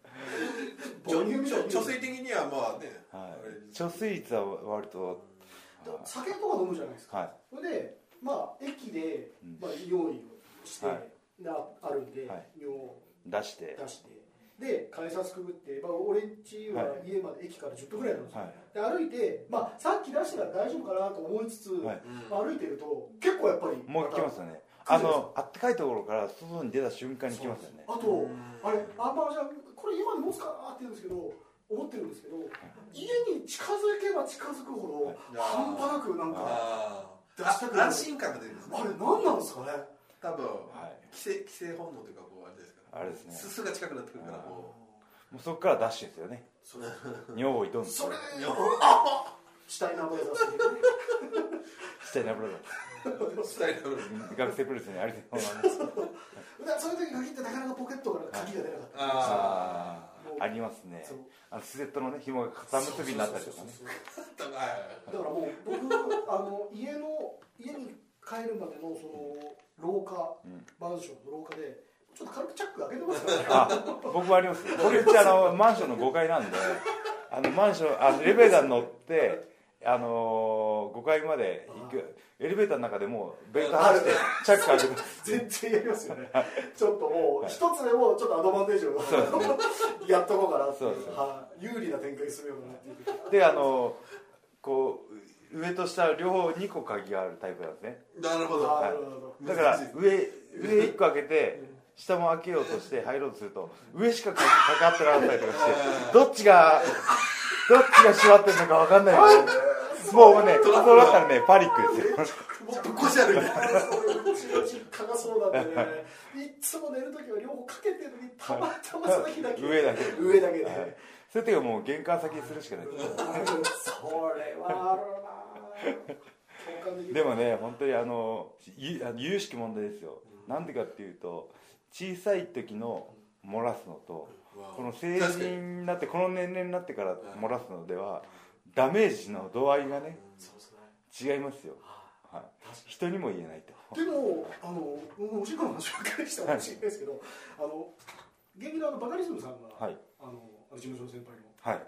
貯水的にはまあね、 はい、貯水率は割と酒とか飲むじゃないですか、はい、それでまあ駅で、まあ、用意をして、はい、あるんで、はい、尿を出して出してで改札くぐって、まあ、俺んちは家まで駅からじゅっぷんぐらいなんですよ、はい、で歩いて、まあ、さっき出したから大丈夫かなと思いつつ、はい、まあ、歩いてると結構やっぱりもう来ますよね。あのあったかいところから外に出た瞬間に来ますよね。 あとあれあ、まあ、じゃあこれ今に持つかなって言うんですけど思ってるんですけど、家に近づけば近づくほど半端なくなんか出したくなる安心感が出るんですね。 あれ何なんですかね。 多分規制規制本能というかこうあれですからあれですね。 すすが近くなってくるからこうもうそこからダッシュですよね。尿を挑んでそれしたいなブラザーしたいなブラザーしたいなブラザー学生プレスにありそうなんですそういう時限ってなかなかポケットから鍵が出なかった。 あありますね。あのスウェットのね紐が肩結びになったりとかね。 だからもう僕あの家の家に帰るまでのその廊下、マンションの廊下でちょっと軽くチャック開けてますからね。あ、 僕はあります。僕うちあのマンションのごかいなんで、あのマンションあのエレベーターに乗ってあのー、ごかいまで行くエレベーターの中でもうベルト離してチャック開けて全然やりますよね。ちょっともう一つでもちょっとアドバンテージをやっとこうかなっていう、は有利な展開するようなっていうであのこう上と下両方にこ鍵があるタイプなんですね。 なるほど、 はい、だから上上いっこ開けて下も開けようとして入ろうとすると上しか鍵かかってなかったりとかしてどっちがどっちが閉まってるのか分かんないんですよ。もうね、そうなったらね、パニックですよ。 もうぶっこしちゃうみたいな。 うちの実家がそうなんでね、いつも寝るときは両方かけてるのに、たまたまその日だけ。 上だけ。 上だけで。 そういう時はもう玄関先にするしかない。 それはあるな。 でもね、本当にあの、有識問題ですよ。なんでかっていうと、小さい時の漏らすのと、この成人になって、この年齢になってから漏らすのでは、ダメージの度合いがね、違いますよ。はい、人にも言えないと。 でも、あの、お時間の話ばっかりしたかもしれないですけど、あの、現役のあのバカリズムさんが、はい、あの、事務所の先輩の、 はい、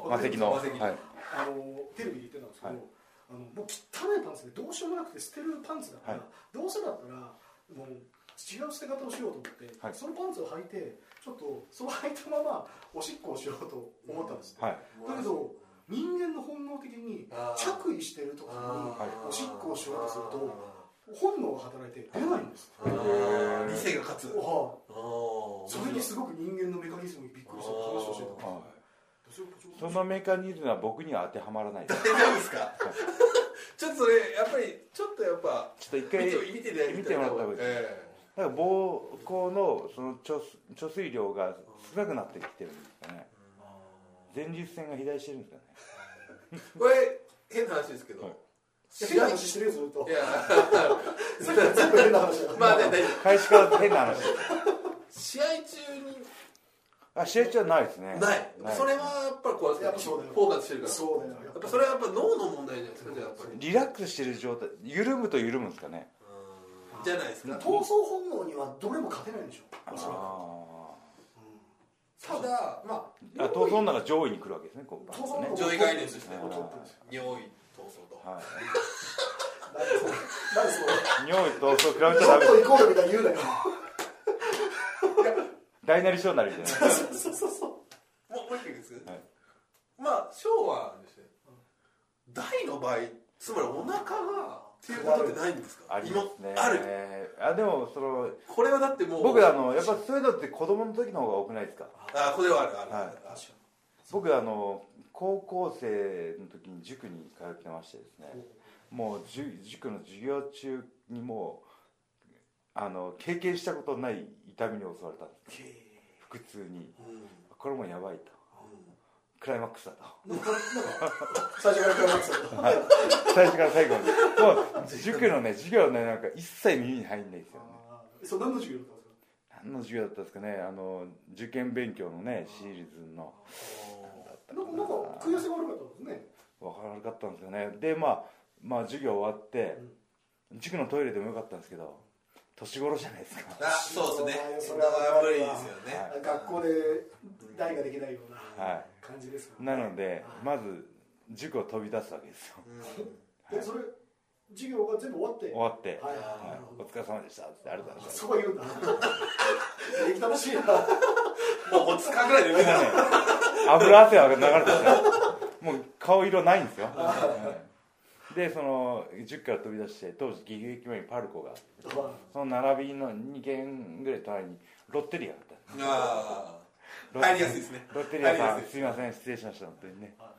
マセキの、はい、 あの、テレビで言ってたんですけど、はい、あの、もう汚いパンツでどうしようもなくて捨てるパンツだから、はい、どうせだったら、もう、違う捨て方をしようと思って、はい、そのパンツを履いて、ちょっと、その履いたまま、おしっこをしようと思ったんです、はい、だけど、人間の本能的に着衣してる時におしっこをしようとすると本能が働いて出ないんです。 理性が勝つ。 それにすごく人間のメカニズムにびっくりした話をしてた。 そのメカニズムは僕には当てはまらない。 大丈夫ですか？ちょっとそれやっぱりちょっとやっぱちょっと一回見てもらった方がいいです。だから膀胱のその貯貯水量が少なくなってきてるんですかね。前立腺が肥大してるんですかね。 これ変な話ですけど、はい、 変な話してるよずっと。いや全部変な話だ。まあね、 開始から変な話。 試合中にあ試合中はないですね。 ない。それはやっぱりこうやってフォーカスしてるから。そうだよ。やっぱそれはやっぱ脳の問題じゃないですか。じゃあやっぱりリラックスしてる状態、緩むと緩むんですかね。 じゃないですか。 闘争本能にはどれも勝てないんでしょ。あただ、まあ、闘争の中上位に来るわけですね、こうね。上位概念として、尿意闘争と。はい。 尿意闘争比べちゃダメ。 ちょっと行こうみたいに言うなよ。 大なり小なりじゃない。 そうそうそうそう。 もうもう一回です。まあ小はですね。大の場合、つまりお腹がっていうことってないんですか？ ありますね。 ある。 あ、でもそのこれはだってもう僕あのやっぱそういうのって子供の時の方が多くないですか？ あ、これはあるある、 はい、 確かに。 僕あの高校生の時に塾に通ってましてですね、もう塾の授業中にもうあの経験したことない痛みに襲われたんです。腹痛に、うん、これもやばいと、うん、クライマックスだと最初からクライマックスだと、はい、 最初から最後までもう塾のね授業ねなんか一切耳に入んないですよね。 そう、何の授業だったんですか？ 何の授業だったんですかね。あの受験勉強のねシリーズのなんかなんか食い合わせが悪かったんですね。 悪かったんですよね。でまあまあ授業終わって、うん、塾のトイレでもよかったんですけど年頃じゃないですか。 あ、そうですね。それは無理ですよね、 はい、学校で代ができないような感じですから、ね、 はい、なので、はい、まず塾を飛び出すわけですよ、 うん、でそれ授業が全部終わって終わって、 はいはい、お疲れ様でしたってありがとうございます。 そこ言うんだ礼儀正しいな。 もうおつかぐらいで言うね。 油汗は流れてきた。もう顔色ないんですよ。でその塾から飛び出して当時岐阜駅前にパルコがあって、その並びのに軒ぐらい隣にロッテリアがあった。 ああ入りやすいですね。 ロッテリアさんすいません失礼しました本当にね、はい、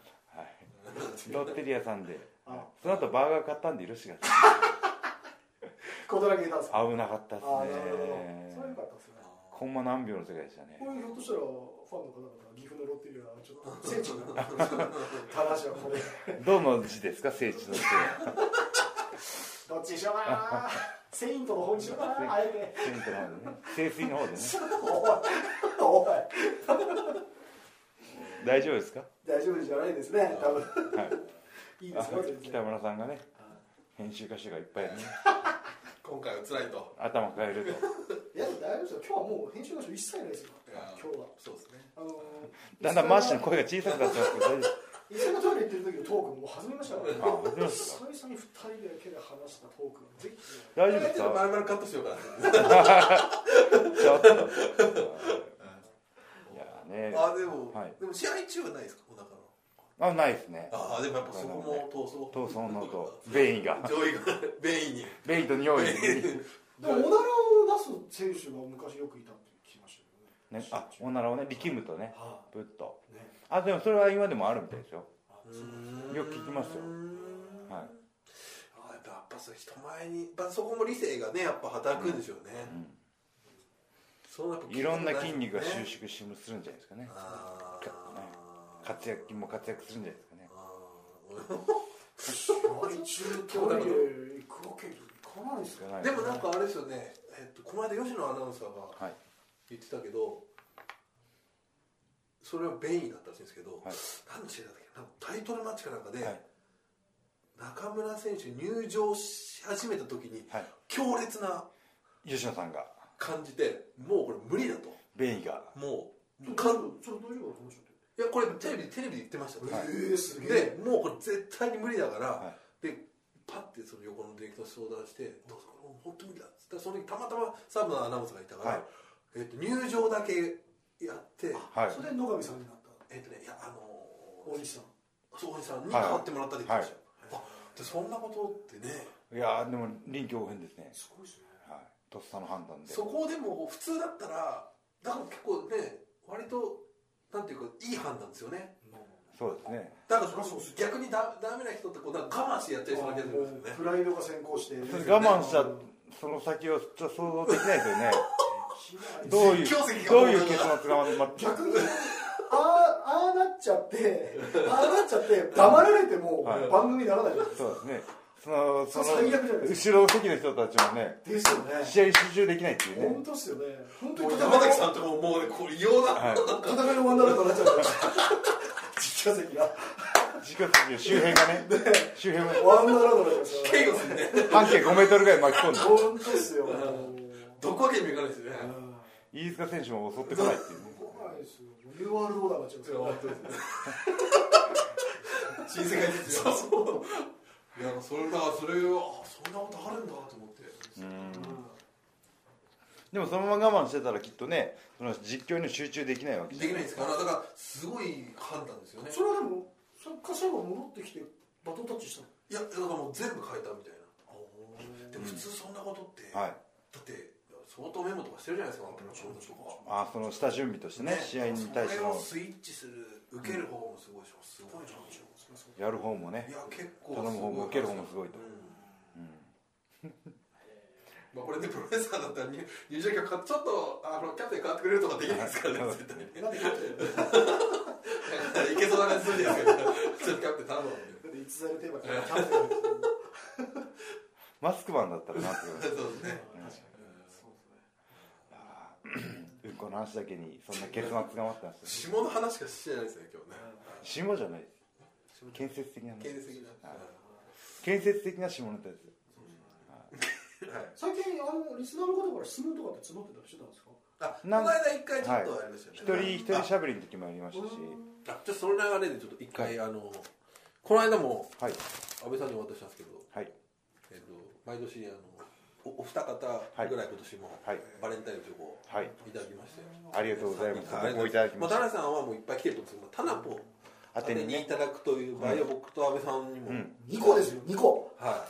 ロッテリアさんでその後バーガー買ったんで許しが小だらけいたんですか？ 危なかったですね。 それはよかったですね。 コンマ何秒の世界でしたね。 これひょっとしたらファンの方々岐阜のロッテリアはちょっと聖地になる話はこれどの字ですか聖地の字どっちにしようかな。セイントの方にしようかな。あえてセイントの方でね、聖水の方でねおい大丈夫ですか？ 大丈夫じゃないですね多分、 はい、いいですか？ 北村さんがね編集歌手がいっぱいね今回は辛いと頭変えると。 いや大丈夫ですよ。今日はもう編集歌手一切ないですよ。今日はそうですね。 あのー、 だんだんマッシュの声が小さくなってますけど大丈夫？ 伊勢のトイレ行ってる時のトークも始めましたからね。 あ、始めました。 久々にふたりだけで話したトークぜひ大丈夫ですか？ まるまるカットしようかなちょっといやね。 あ、でも、 はい、 でも試合中はないですか？お腹のあ、ないですね。 あ、でもやっぱそこも闘争闘争のと便意が上位が便意に便意と匂いにでもおならを出す選手が昔よくいたって聞きましたよね。 ね、あ、おならをね力むとね、 はあ、 ぶっと、ね、あ、でもそれは今でもあるみたいですよ。よく聞きますよ。はい。 あ、やっぱそう人前に、やっぱそこも理性がねやっぱ働くんでしょうね。うんうん、そうやっぱいろんな筋肉が収縮するんじゃないですかね。あかね活躍筋も活躍するんじゃないですかね。 試合中トイレ行くわけにいかないですかね。 でもなんかあれですよね。えっとこの間吉野アナウンサーが言ってたけど、はい、それは便意だったらしいんですけど、はい、何の試合だったっけ？なんかタイトルマッチかなんかで、はい、中村選手入場し始めた時に、はい、強烈な吉野さんが感じて、もうこれ無理だと。 便意がもうかんそれどういうこと？ いやこれテレビテレビで言ってましたね。 はい、えー、すげえ。 でもうこれ絶対に無理だから、はい、でパッてその横のディレクターと相談して「どうぞこれ本当に無理だ」っつったらその時たまたまサブのアナウンサーがいたから、はい、えー、と入場だけやって、 はい、それで野上さんになった。 えっ、ー、とねいやあのー、大西さんそう大西さんに変わってもらったって言ってましたよ。はいはい、あでそんなことってね。 いやでも臨機応変ですね。 すごいですね。 はい、とっさの判断で。 そこでも普通だったらだから結構ね割となんていうかいい判断ですよね。 そうですね。 だから逆にダメな人ってこうなんか我慢してやっちゃいそうな気がするんですよね。 プライドが先行して、ね、 我慢したその先をちょっと想像できないですよね。どういうどういう結末が、ま、 逆にああなっちゃってああなっちゃって黙られても番組にならないじゃないですか。 そうですね。そのその後ろの席の人たちもね、 ですよね。 試合に集中できないっていうね。 本当ですよね。本当に山崎さんとかももうねこう異様な、はい、 戦いのワンダーランドになっちゃう。実況席が実況席の周辺がね、周辺がワンダーランドになっちゃう。 ケイゴスにね半径ごメートルぐらい巻き込んで。 本当ですよ。 どこわけにもいかないですよね。 飯塚選手も襲ってこないっていうね。 怖いですよ。ニューワールドオーダーになっちゃうんですよ。 新世界ですよ。そういやそれだからそれあそんなことあるんだと思って。うん。 でもそのまま我慢してたらきっとね、その実況に集中できないわけじゃないですか。できないですからだからすごい判断ですよね。 それはでもそれ柏が戻ってきてバトンタッチしたの？ いやだからもう全部変えたみたいな。 でも普通そんなことって、はい、だって相当メモとかしてるじゃないですか、 あその下準備としてね、試合に対してのそれをスイッチする、受ける方もすごいでしょ、すごいな、 やる方もね、 いや結構頼む方も受ける方もすごいと、 まあこれでプロレスラーだったら入場曲ちょっとあのキャプテン変わってくれるとかできないですからね、絶対に。いけそうな感じするじゃないですか。ちょっとキャプテン頼むわみたいな。 逸材のテーマからキャプテン。 マスクマンだったらなって。 そうですね。 うんこの話だけにそんな結末が待ってます。 下の話しかしてないですね今日ね。 下じゃないです。建設的な話。 建設的な。 建設的な下ネタです。 最近あのリスナーの方から質問とかって募ってたりしてたんですか？ あ、この間一回ちょっとありましたよね。 一人一人喋りの時もありましたし。 あ、じゃあその流れでちょっと一回あのこの間も安倍さんにお渡ししたんですけど、えっと毎年あのお二方ぐらい今年もバレンタインのチョコをいただきまして、 ありがとうございます。僕もいただきました。 田中さんはもういっぱい来てると思うんですけど、タナポ当てにいただくという場合は僕と安倍さんにもにこですよ、にこ。 はい。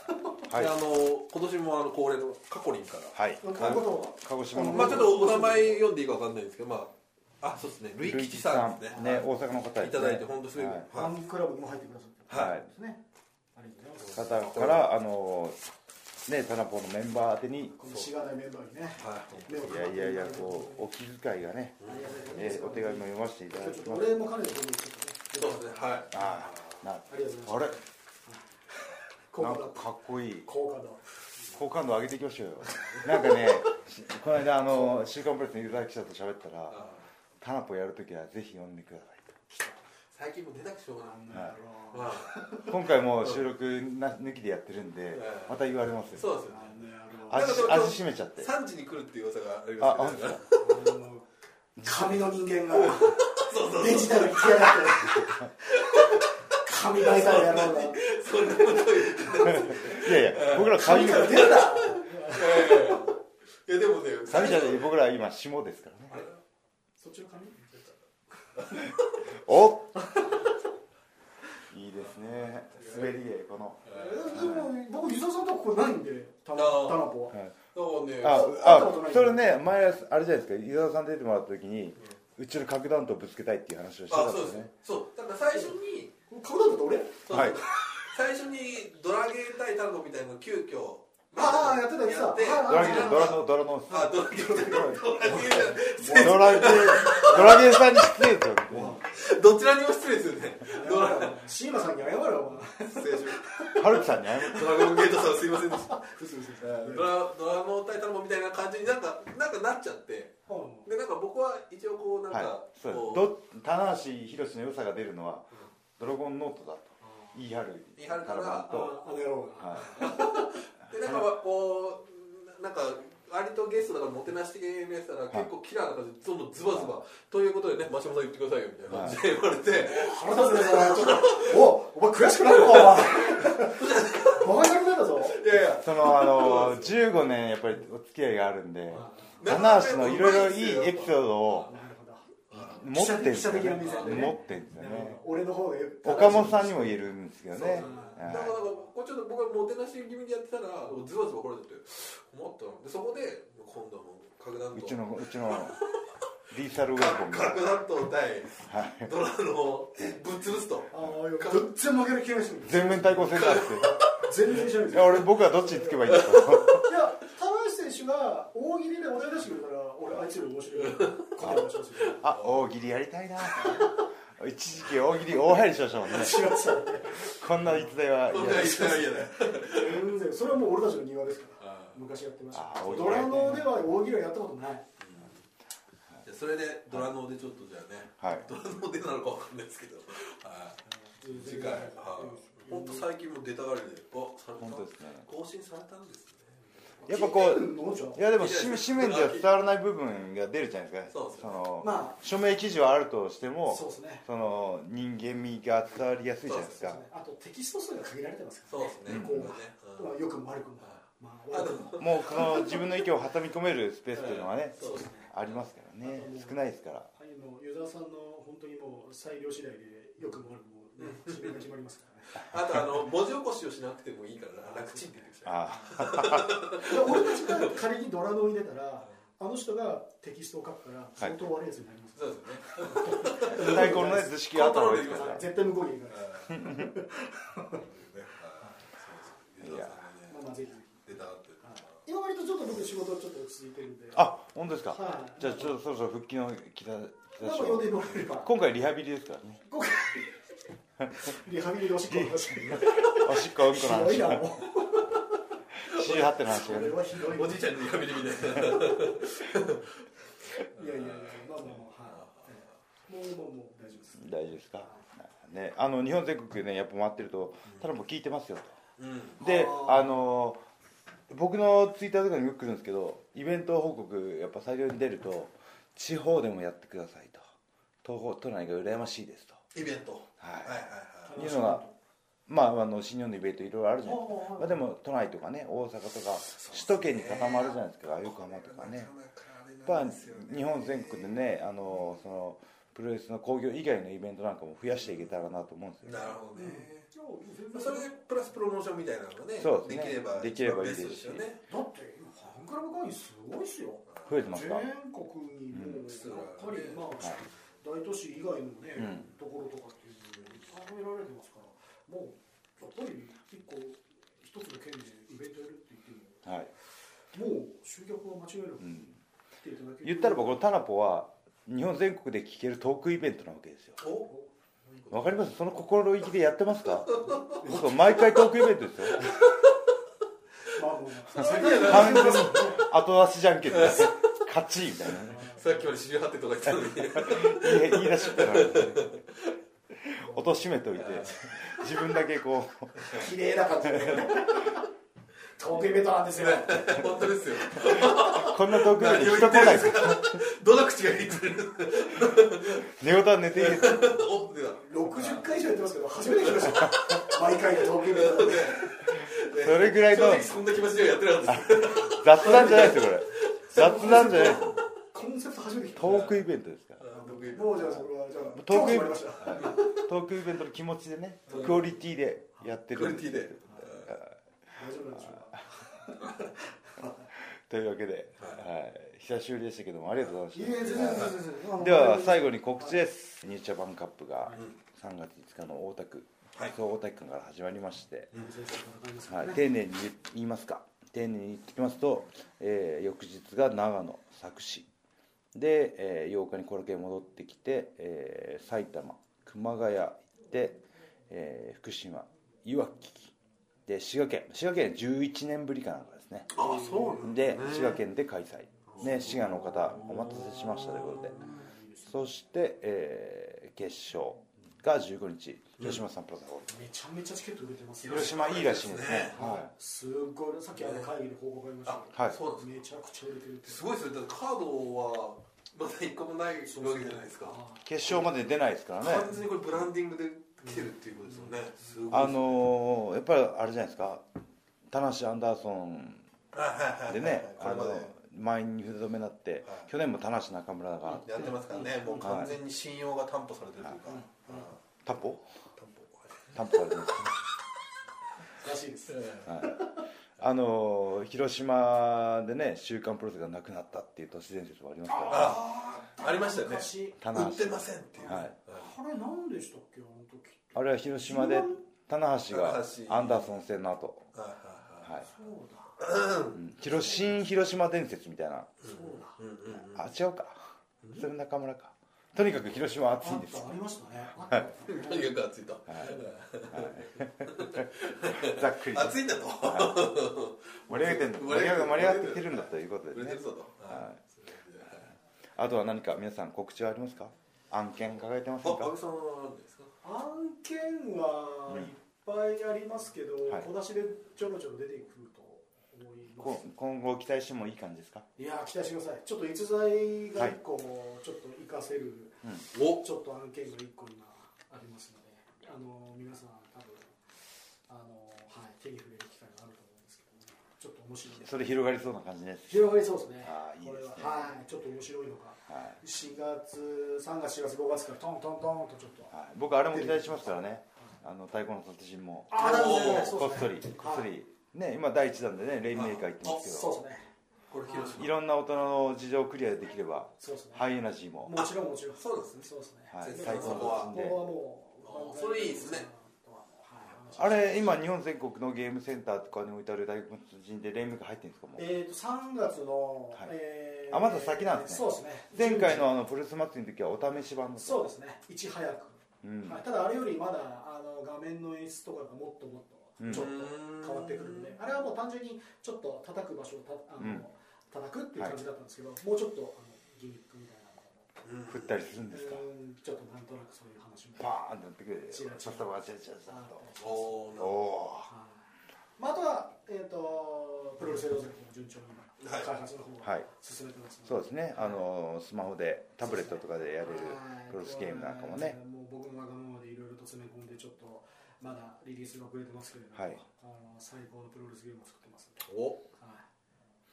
であの今年もあの恒例のカコリンから、 はい。 鹿児島のまあちょっとお名前読んでいいかわかんないんですけど、まああそうですね、ルイ吉さんですね。 ね、大阪の方いただいて本当すごい。 ファンクラブにも入ってくださって。はい。ですね。ありがとうございます。 方からあのね、タナポのメンバー宛てにこのしがないメンバーにね、 はい、いやいやいやこうお気遣いがね、えー、お手紙も読ませていただきます。 お礼も兼ねて読んでそうですね、はい。 ああ、な、 ありがとうございます。 あれ、なんかかっこいい。 好感度。 好感度上げていきましょうよ。なんかね、この間あの週刊プレスのユーザー記者と喋ったら、タナポやるときはぜひ読んでくださいと。 最近も出たくしょうがない。 今回も収録抜きでやってるんで、また言われますよ。 そうですよね。 味味しめちゃって。 三時に来るっていう噂がありますよね。 紙の人間がデジタルに来やがって紙媒体やろうな。 そんなこと言っていやいや、僕ら紙から出た。 いやでもね、 紙じゃない、僕ら今下ですからね。 そっちの紙？ おいいですね、滑り芸この。 でも僕ユーザーさんとここないんで、タナポは。 ああ、それね、前あれじゃないですか、ユーザーさん出てもらった時にうちの核弾頭ぶつけたいっていう話をしてたんですね。 そう、だから最初に核弾頭って俺？ はい。最初にドラゲー対タンゴみたいなの急遽。 ああ、やってたやつだ。 ドラゲー、ドラの、ドラの。 あ、ドラゲー、ドラゲー。 ドラゲー、ドラゲーさんに失礼ですよ。 どちらにも失礼ですよね。 ドラ、シーマさんに謝れよ、お前。 失礼します。 ハルキさんに謝る。 ドラゴンゲートさんすいませんでした。ドラ、ドラの対タンゴみたいな感じになんか、なんかなっちゃって。で、なんか僕は一応こう、なんか。 そう。棚橋宏の良さが出るのは、ドラゴンノートだと。言い張る。 言い張るから。 あの野郎が。 でなんかこうなんか割とゲストだからもてなしてくれたら結構キラーな感じでどんどんズバズバということでね、真島さん言ってくださいよみたいな感じで言われて、 腹立つね、ちょっとおお前悔しくないのかお前バカになくなったぞ。 いやいや、 そのあのじゅうごねんやっぱりお付き合いがあるんで、棚橋のいろいろいいエピソードを持ってるんですよね。持ってるんですよね。 俺の方で岡本さんにも言えるんですけどね。 だからこうちょっと僕はもてなし気味でやってたらズバズバ来られて思ったので、そこで今度も核弾頭うちのうちのリーサルウェポンが核弾頭対ドラのぶっ潰すと。 全然負ける気がしない。 全面対抗戦だって。 全然しないです。 いや俺僕はどっちにつけばいいんですか。 いや棚橋選手が大喜利でお題出してくれたら俺あいつより面白い。 あ、大喜利やりたいな。一時期大喜利大流行りしましたもんね。こんな逸材は嫌です。 全然それはもう俺たちの庭ですから。昔やってました。ドラノでは大喜利はやったことない。 それでドラノでちょっとじゃあね、ドラノでなのかわかんないですけど、次回本当最近も出たがりで、本当ですね。更新されたんですね。 やっぱこう、いやでも紙面では伝わらない部分が出るじゃないですか。その署名記事はあるとしても、その人間味が伝わりやすいじゃないですか。 あとテキスト数が限られてますから。 そうですね。 よくも悪くも。 もうこの自分の意見を挟み込めるスペースというのはね、ありますからね。少ないですから。 ユーザーさんの本当にもう裁量次第でよくも悪くも指名が決まりますからね。 あとあの文字起こしをしなくてもいいから楽ちんって言ってください。俺たちが仮にドラノを入れたら、あの人がテキストを書くから相当悪いやつになります。 そうですね。 最高の図式があった方がいいですから。 絶対向こうにいいから。いや、まあまあぜひぜひ。出たって。今割とちょっと僕仕事ちょっと落ち着いてるんで。 あ、本当ですか。じゃあちょっとそろそろ復帰の来た。今回リハビリですからね。今回リハビリでおしっこの話。 おしっこうんこの話。四十八手の話がね。 おじいちゃんのリハビリみたいな。いやいやいや、まあまあまあ、もうもうもう大丈夫です。 大丈夫ですか。ね、あの日本全国ねやっぱ回ってると、ただもう聞いてますよと。で、あの僕のツイッターとかによく来るんですけど、イベント報告やっぱ採用に出ると。地方でもやってくださいと、東方都内が羨ましいですと、 イベント、 はいはいはいはい、いうのが、まあ、あの新日本のイベントいろいろあるじゃないですか、まあ、でも都内とかね、大阪とか首都圏に固まるじゃないですか、横浜とかね、やっぱ日本全国でね、あのそのプロレスの興行以外のイベントなんかも増やしていけたらなと思うんですよ。 なるほどね。それでプラスプロモーションみたいなのがね、 そうですね、 できればできればいいですし、 だって今ファンクラブ会員すごいっすよ。 増えてますか。 全国にもうやっぱりまあ大都市以外のねところとかっていうのでいっぱい褒められてますから、もうやっぱり一個一つの県でイベントやるって言っても、はい、もう集客は間違いなく来ていただける。 言ったらばこのタナポは日本全国で聴けるトークイベントなわけですよ。わかります？その心意気でやってますか？僕は毎回トークイベントですよ。完全に後出しじゃんけんで勝ちみたいなね。 さっきまで四十八手とか言ってたのに言い出しっぺなのに落としめといて自分だけこう綺麗な感じでトークイベントなんですよ。 本当ですよ。 こんなトークイベント人来ないですよ。 どの口が言ってる。 寝言は寝ている。 ろくじゅっかい以上やってますけど初めて聞きました。毎回のトークイベントでそれぐらいのそんな気持ちではやってなかったです。 雑談じゃないですよこれ。雑談じゃないです。 コンセプト初めて聞いた。 トークイベントですから。 もうじゃあそれはじゃあトークイベント、トークイベントの気持ちでね、クオリティでやってる。 クオリティで。 大丈夫なんでしょうか。 というわけで、はい、久しぶりでしたけどもありがとうございました。 いえ全然全然。 では最後に告知です。ニュージャパンカップがさんがついつかの大田区総合体育館から始まりまして、はい、丁寧に言いますか、丁寧に言ってきますと、えー、翌日が長野佐久市で、えー、ようかにこれだけ戻ってきて、えー、埼玉熊谷行って、えー、福島いわきで滋賀県滋賀県じゅういちねんぶりかなんかですね。 ああそうなんで滋賀県で開催ね、滋賀の方お待たせしましたということで、そして、えー、決勝がじゅうごにち広島サンプラザホール、 めちゃめちゃチケット売れてます。 広島いいらしいですね。はい。 すごい、さっきあの会議で報告ありましたけど、 はい、 そうです。 めちゃくちゃ売れてる。 すごいですよ。だってカードはまだ一個もないわけじゃないですか。 決勝まで出ないですからね。 完全にこれブランディングで来てるっていうことですよね。すごい。 あのー、やっぱりあれじゃないですか。田無アンダーソンでね、あの前に不止めになって、去年も田無中村がやってますからね。もう完全に信用が担保されてるというか。 担保？担保されてます。 らしいです。はい。 あの広島でね、週刊プロレスがなくなったっていう都市伝説もありますから。 ああ、ありましたよね。売ってませんっていう。 はい。あれ何でしたっけあの時。 あれは広島で棚橋がアンダーソン戦の後。はい。 そうだ。 広新広島伝説みたいな。 そうだ。 あ、違うか。それ中村か。とにかく広島は暑いんです。 ありましたね。 はい。とにかく暑いと。 ざっくり。 暑いんだと。 盛り上げてる盛り上がってきてるんだということでね。あとは何か皆さん告知はありますか？案件抱えてませんか？ 安倍さんは何ですか？ 案件はいっぱいありますけど、小出しでちょろちょろ出てくると思います。 今後期待してもいい感じですか？ いや期待してください。ちょっと逸材がいっこちょっと活かせる、はい、ちょっと案件がいっこ今ありますので、あの皆さん多分あの、はい、手に触れる機会があると思うんですけども、ね、ちょっと面白い。 それ広がりそうな感じです。 広がりそうですね。 あいいですね。 これははい、ちょっと面白いのがはい、しがつさんがつしがつごがつからトントントンとちょっと、 はい、僕あれも期待しますからね、あの太鼓の達人もあなるほど、ね、 こっそりこっそり、ね、今だいいちだんでねレインメーカー行ってますけど、 そうですね、 これ広島いろんな大人の事情をクリアできれば、 そうですね、 ハイエナジーももちろんもちろんそうですね、 そうですね、 はい、 最高の達人で、それいいですね。 あれ今日本全国のゲームセンターとかに置いてある太鼓の達人でレインメーカー入ってるんですか？もうえーとさんがつの、 はいえー、 あまだ先なんですね。 そうですね、 前回のあのプロレス祭りの時はお試し版のそうですね、いち早く、 うんはい、ただあれよりまだあの画面の演出とかがもっともっとちょっと変わってくるので、うん、あれはもう単純にちょっと叩く場所をたあの、うん、叩くっていう感じだったんですけど、はい、もうちょっとあのギミックみたいなの振ったりするんですか？ うんちょっとなんとなくそういう話もパーンってなってくるチャッタバチャチャチャとおお、 まあ、あとは、えー、とプロレス映像も順調に開発の方を進めてますので、 はい、そうですね、あのスマホでタブレットとかでやれるプロレスゲームなんかもね、 もう僕のわがままでいろいろと詰め込んでちょっとまだリリースが遅れてますけれども、はい、あの最高のプロレスゲームを作ってますので、お、はい、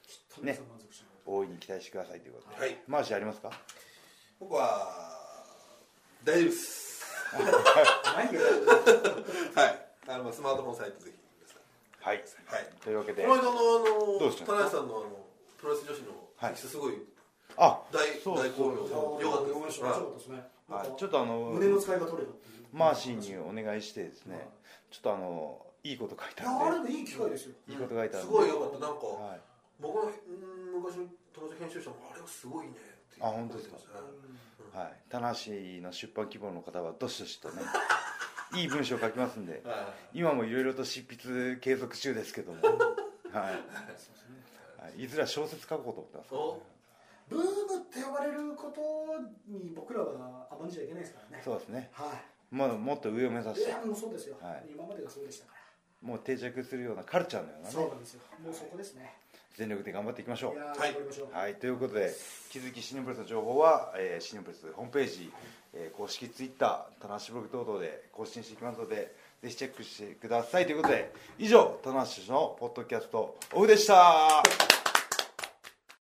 きっと皆さん満足してもらえる、 大いに期待してくださいということで、 はい、 マーシーありますか？ 僕は大丈夫です何が大丈夫はい、あのスマートフォンサイトぜひはい、はい、というわけでこの間のあの田中さんのあのプロレス女子のテキストすごい、 はい、 大そう大好評でよかったです。 はい、ちょっとあの胸の使いが取れたマーシーにお願いしてですね、ちょっとあのいいこと書いたんで、 あれもいい機会ですよ。 いいこと書いたんで、 すごいよかった。なんか、はい、僕の昔の友達編集者もあれはすごいねってあ本当ですか。はい、棚橋の出版希望の方はどしどしとねいい文章を書きますんで、今もいろいろと執筆継続中ですけども、はい、いずれは小説書こうと思ってますからね。 ブームって呼ばれることに僕らは甘んじゃいけないですからね。 そうですね、 はい、 もうもっと上を目指して、 いやもうそうですよ、 はい、 今までがそうでしたから、 もう定着するようなカルチャーのようなね、 そうなんですよ、もうそこですね、 全力で頑張っていきましょう。 いや頑張りましょう、 はい、ということで気づきシネプレスの情報は、えー、シネプレスホームページ、えー、公式ツイッター、棚橋ブログ等々で更新していきますので、ぜひチェックしてくださいということで、以上棚橋のポッドキャストオフでした。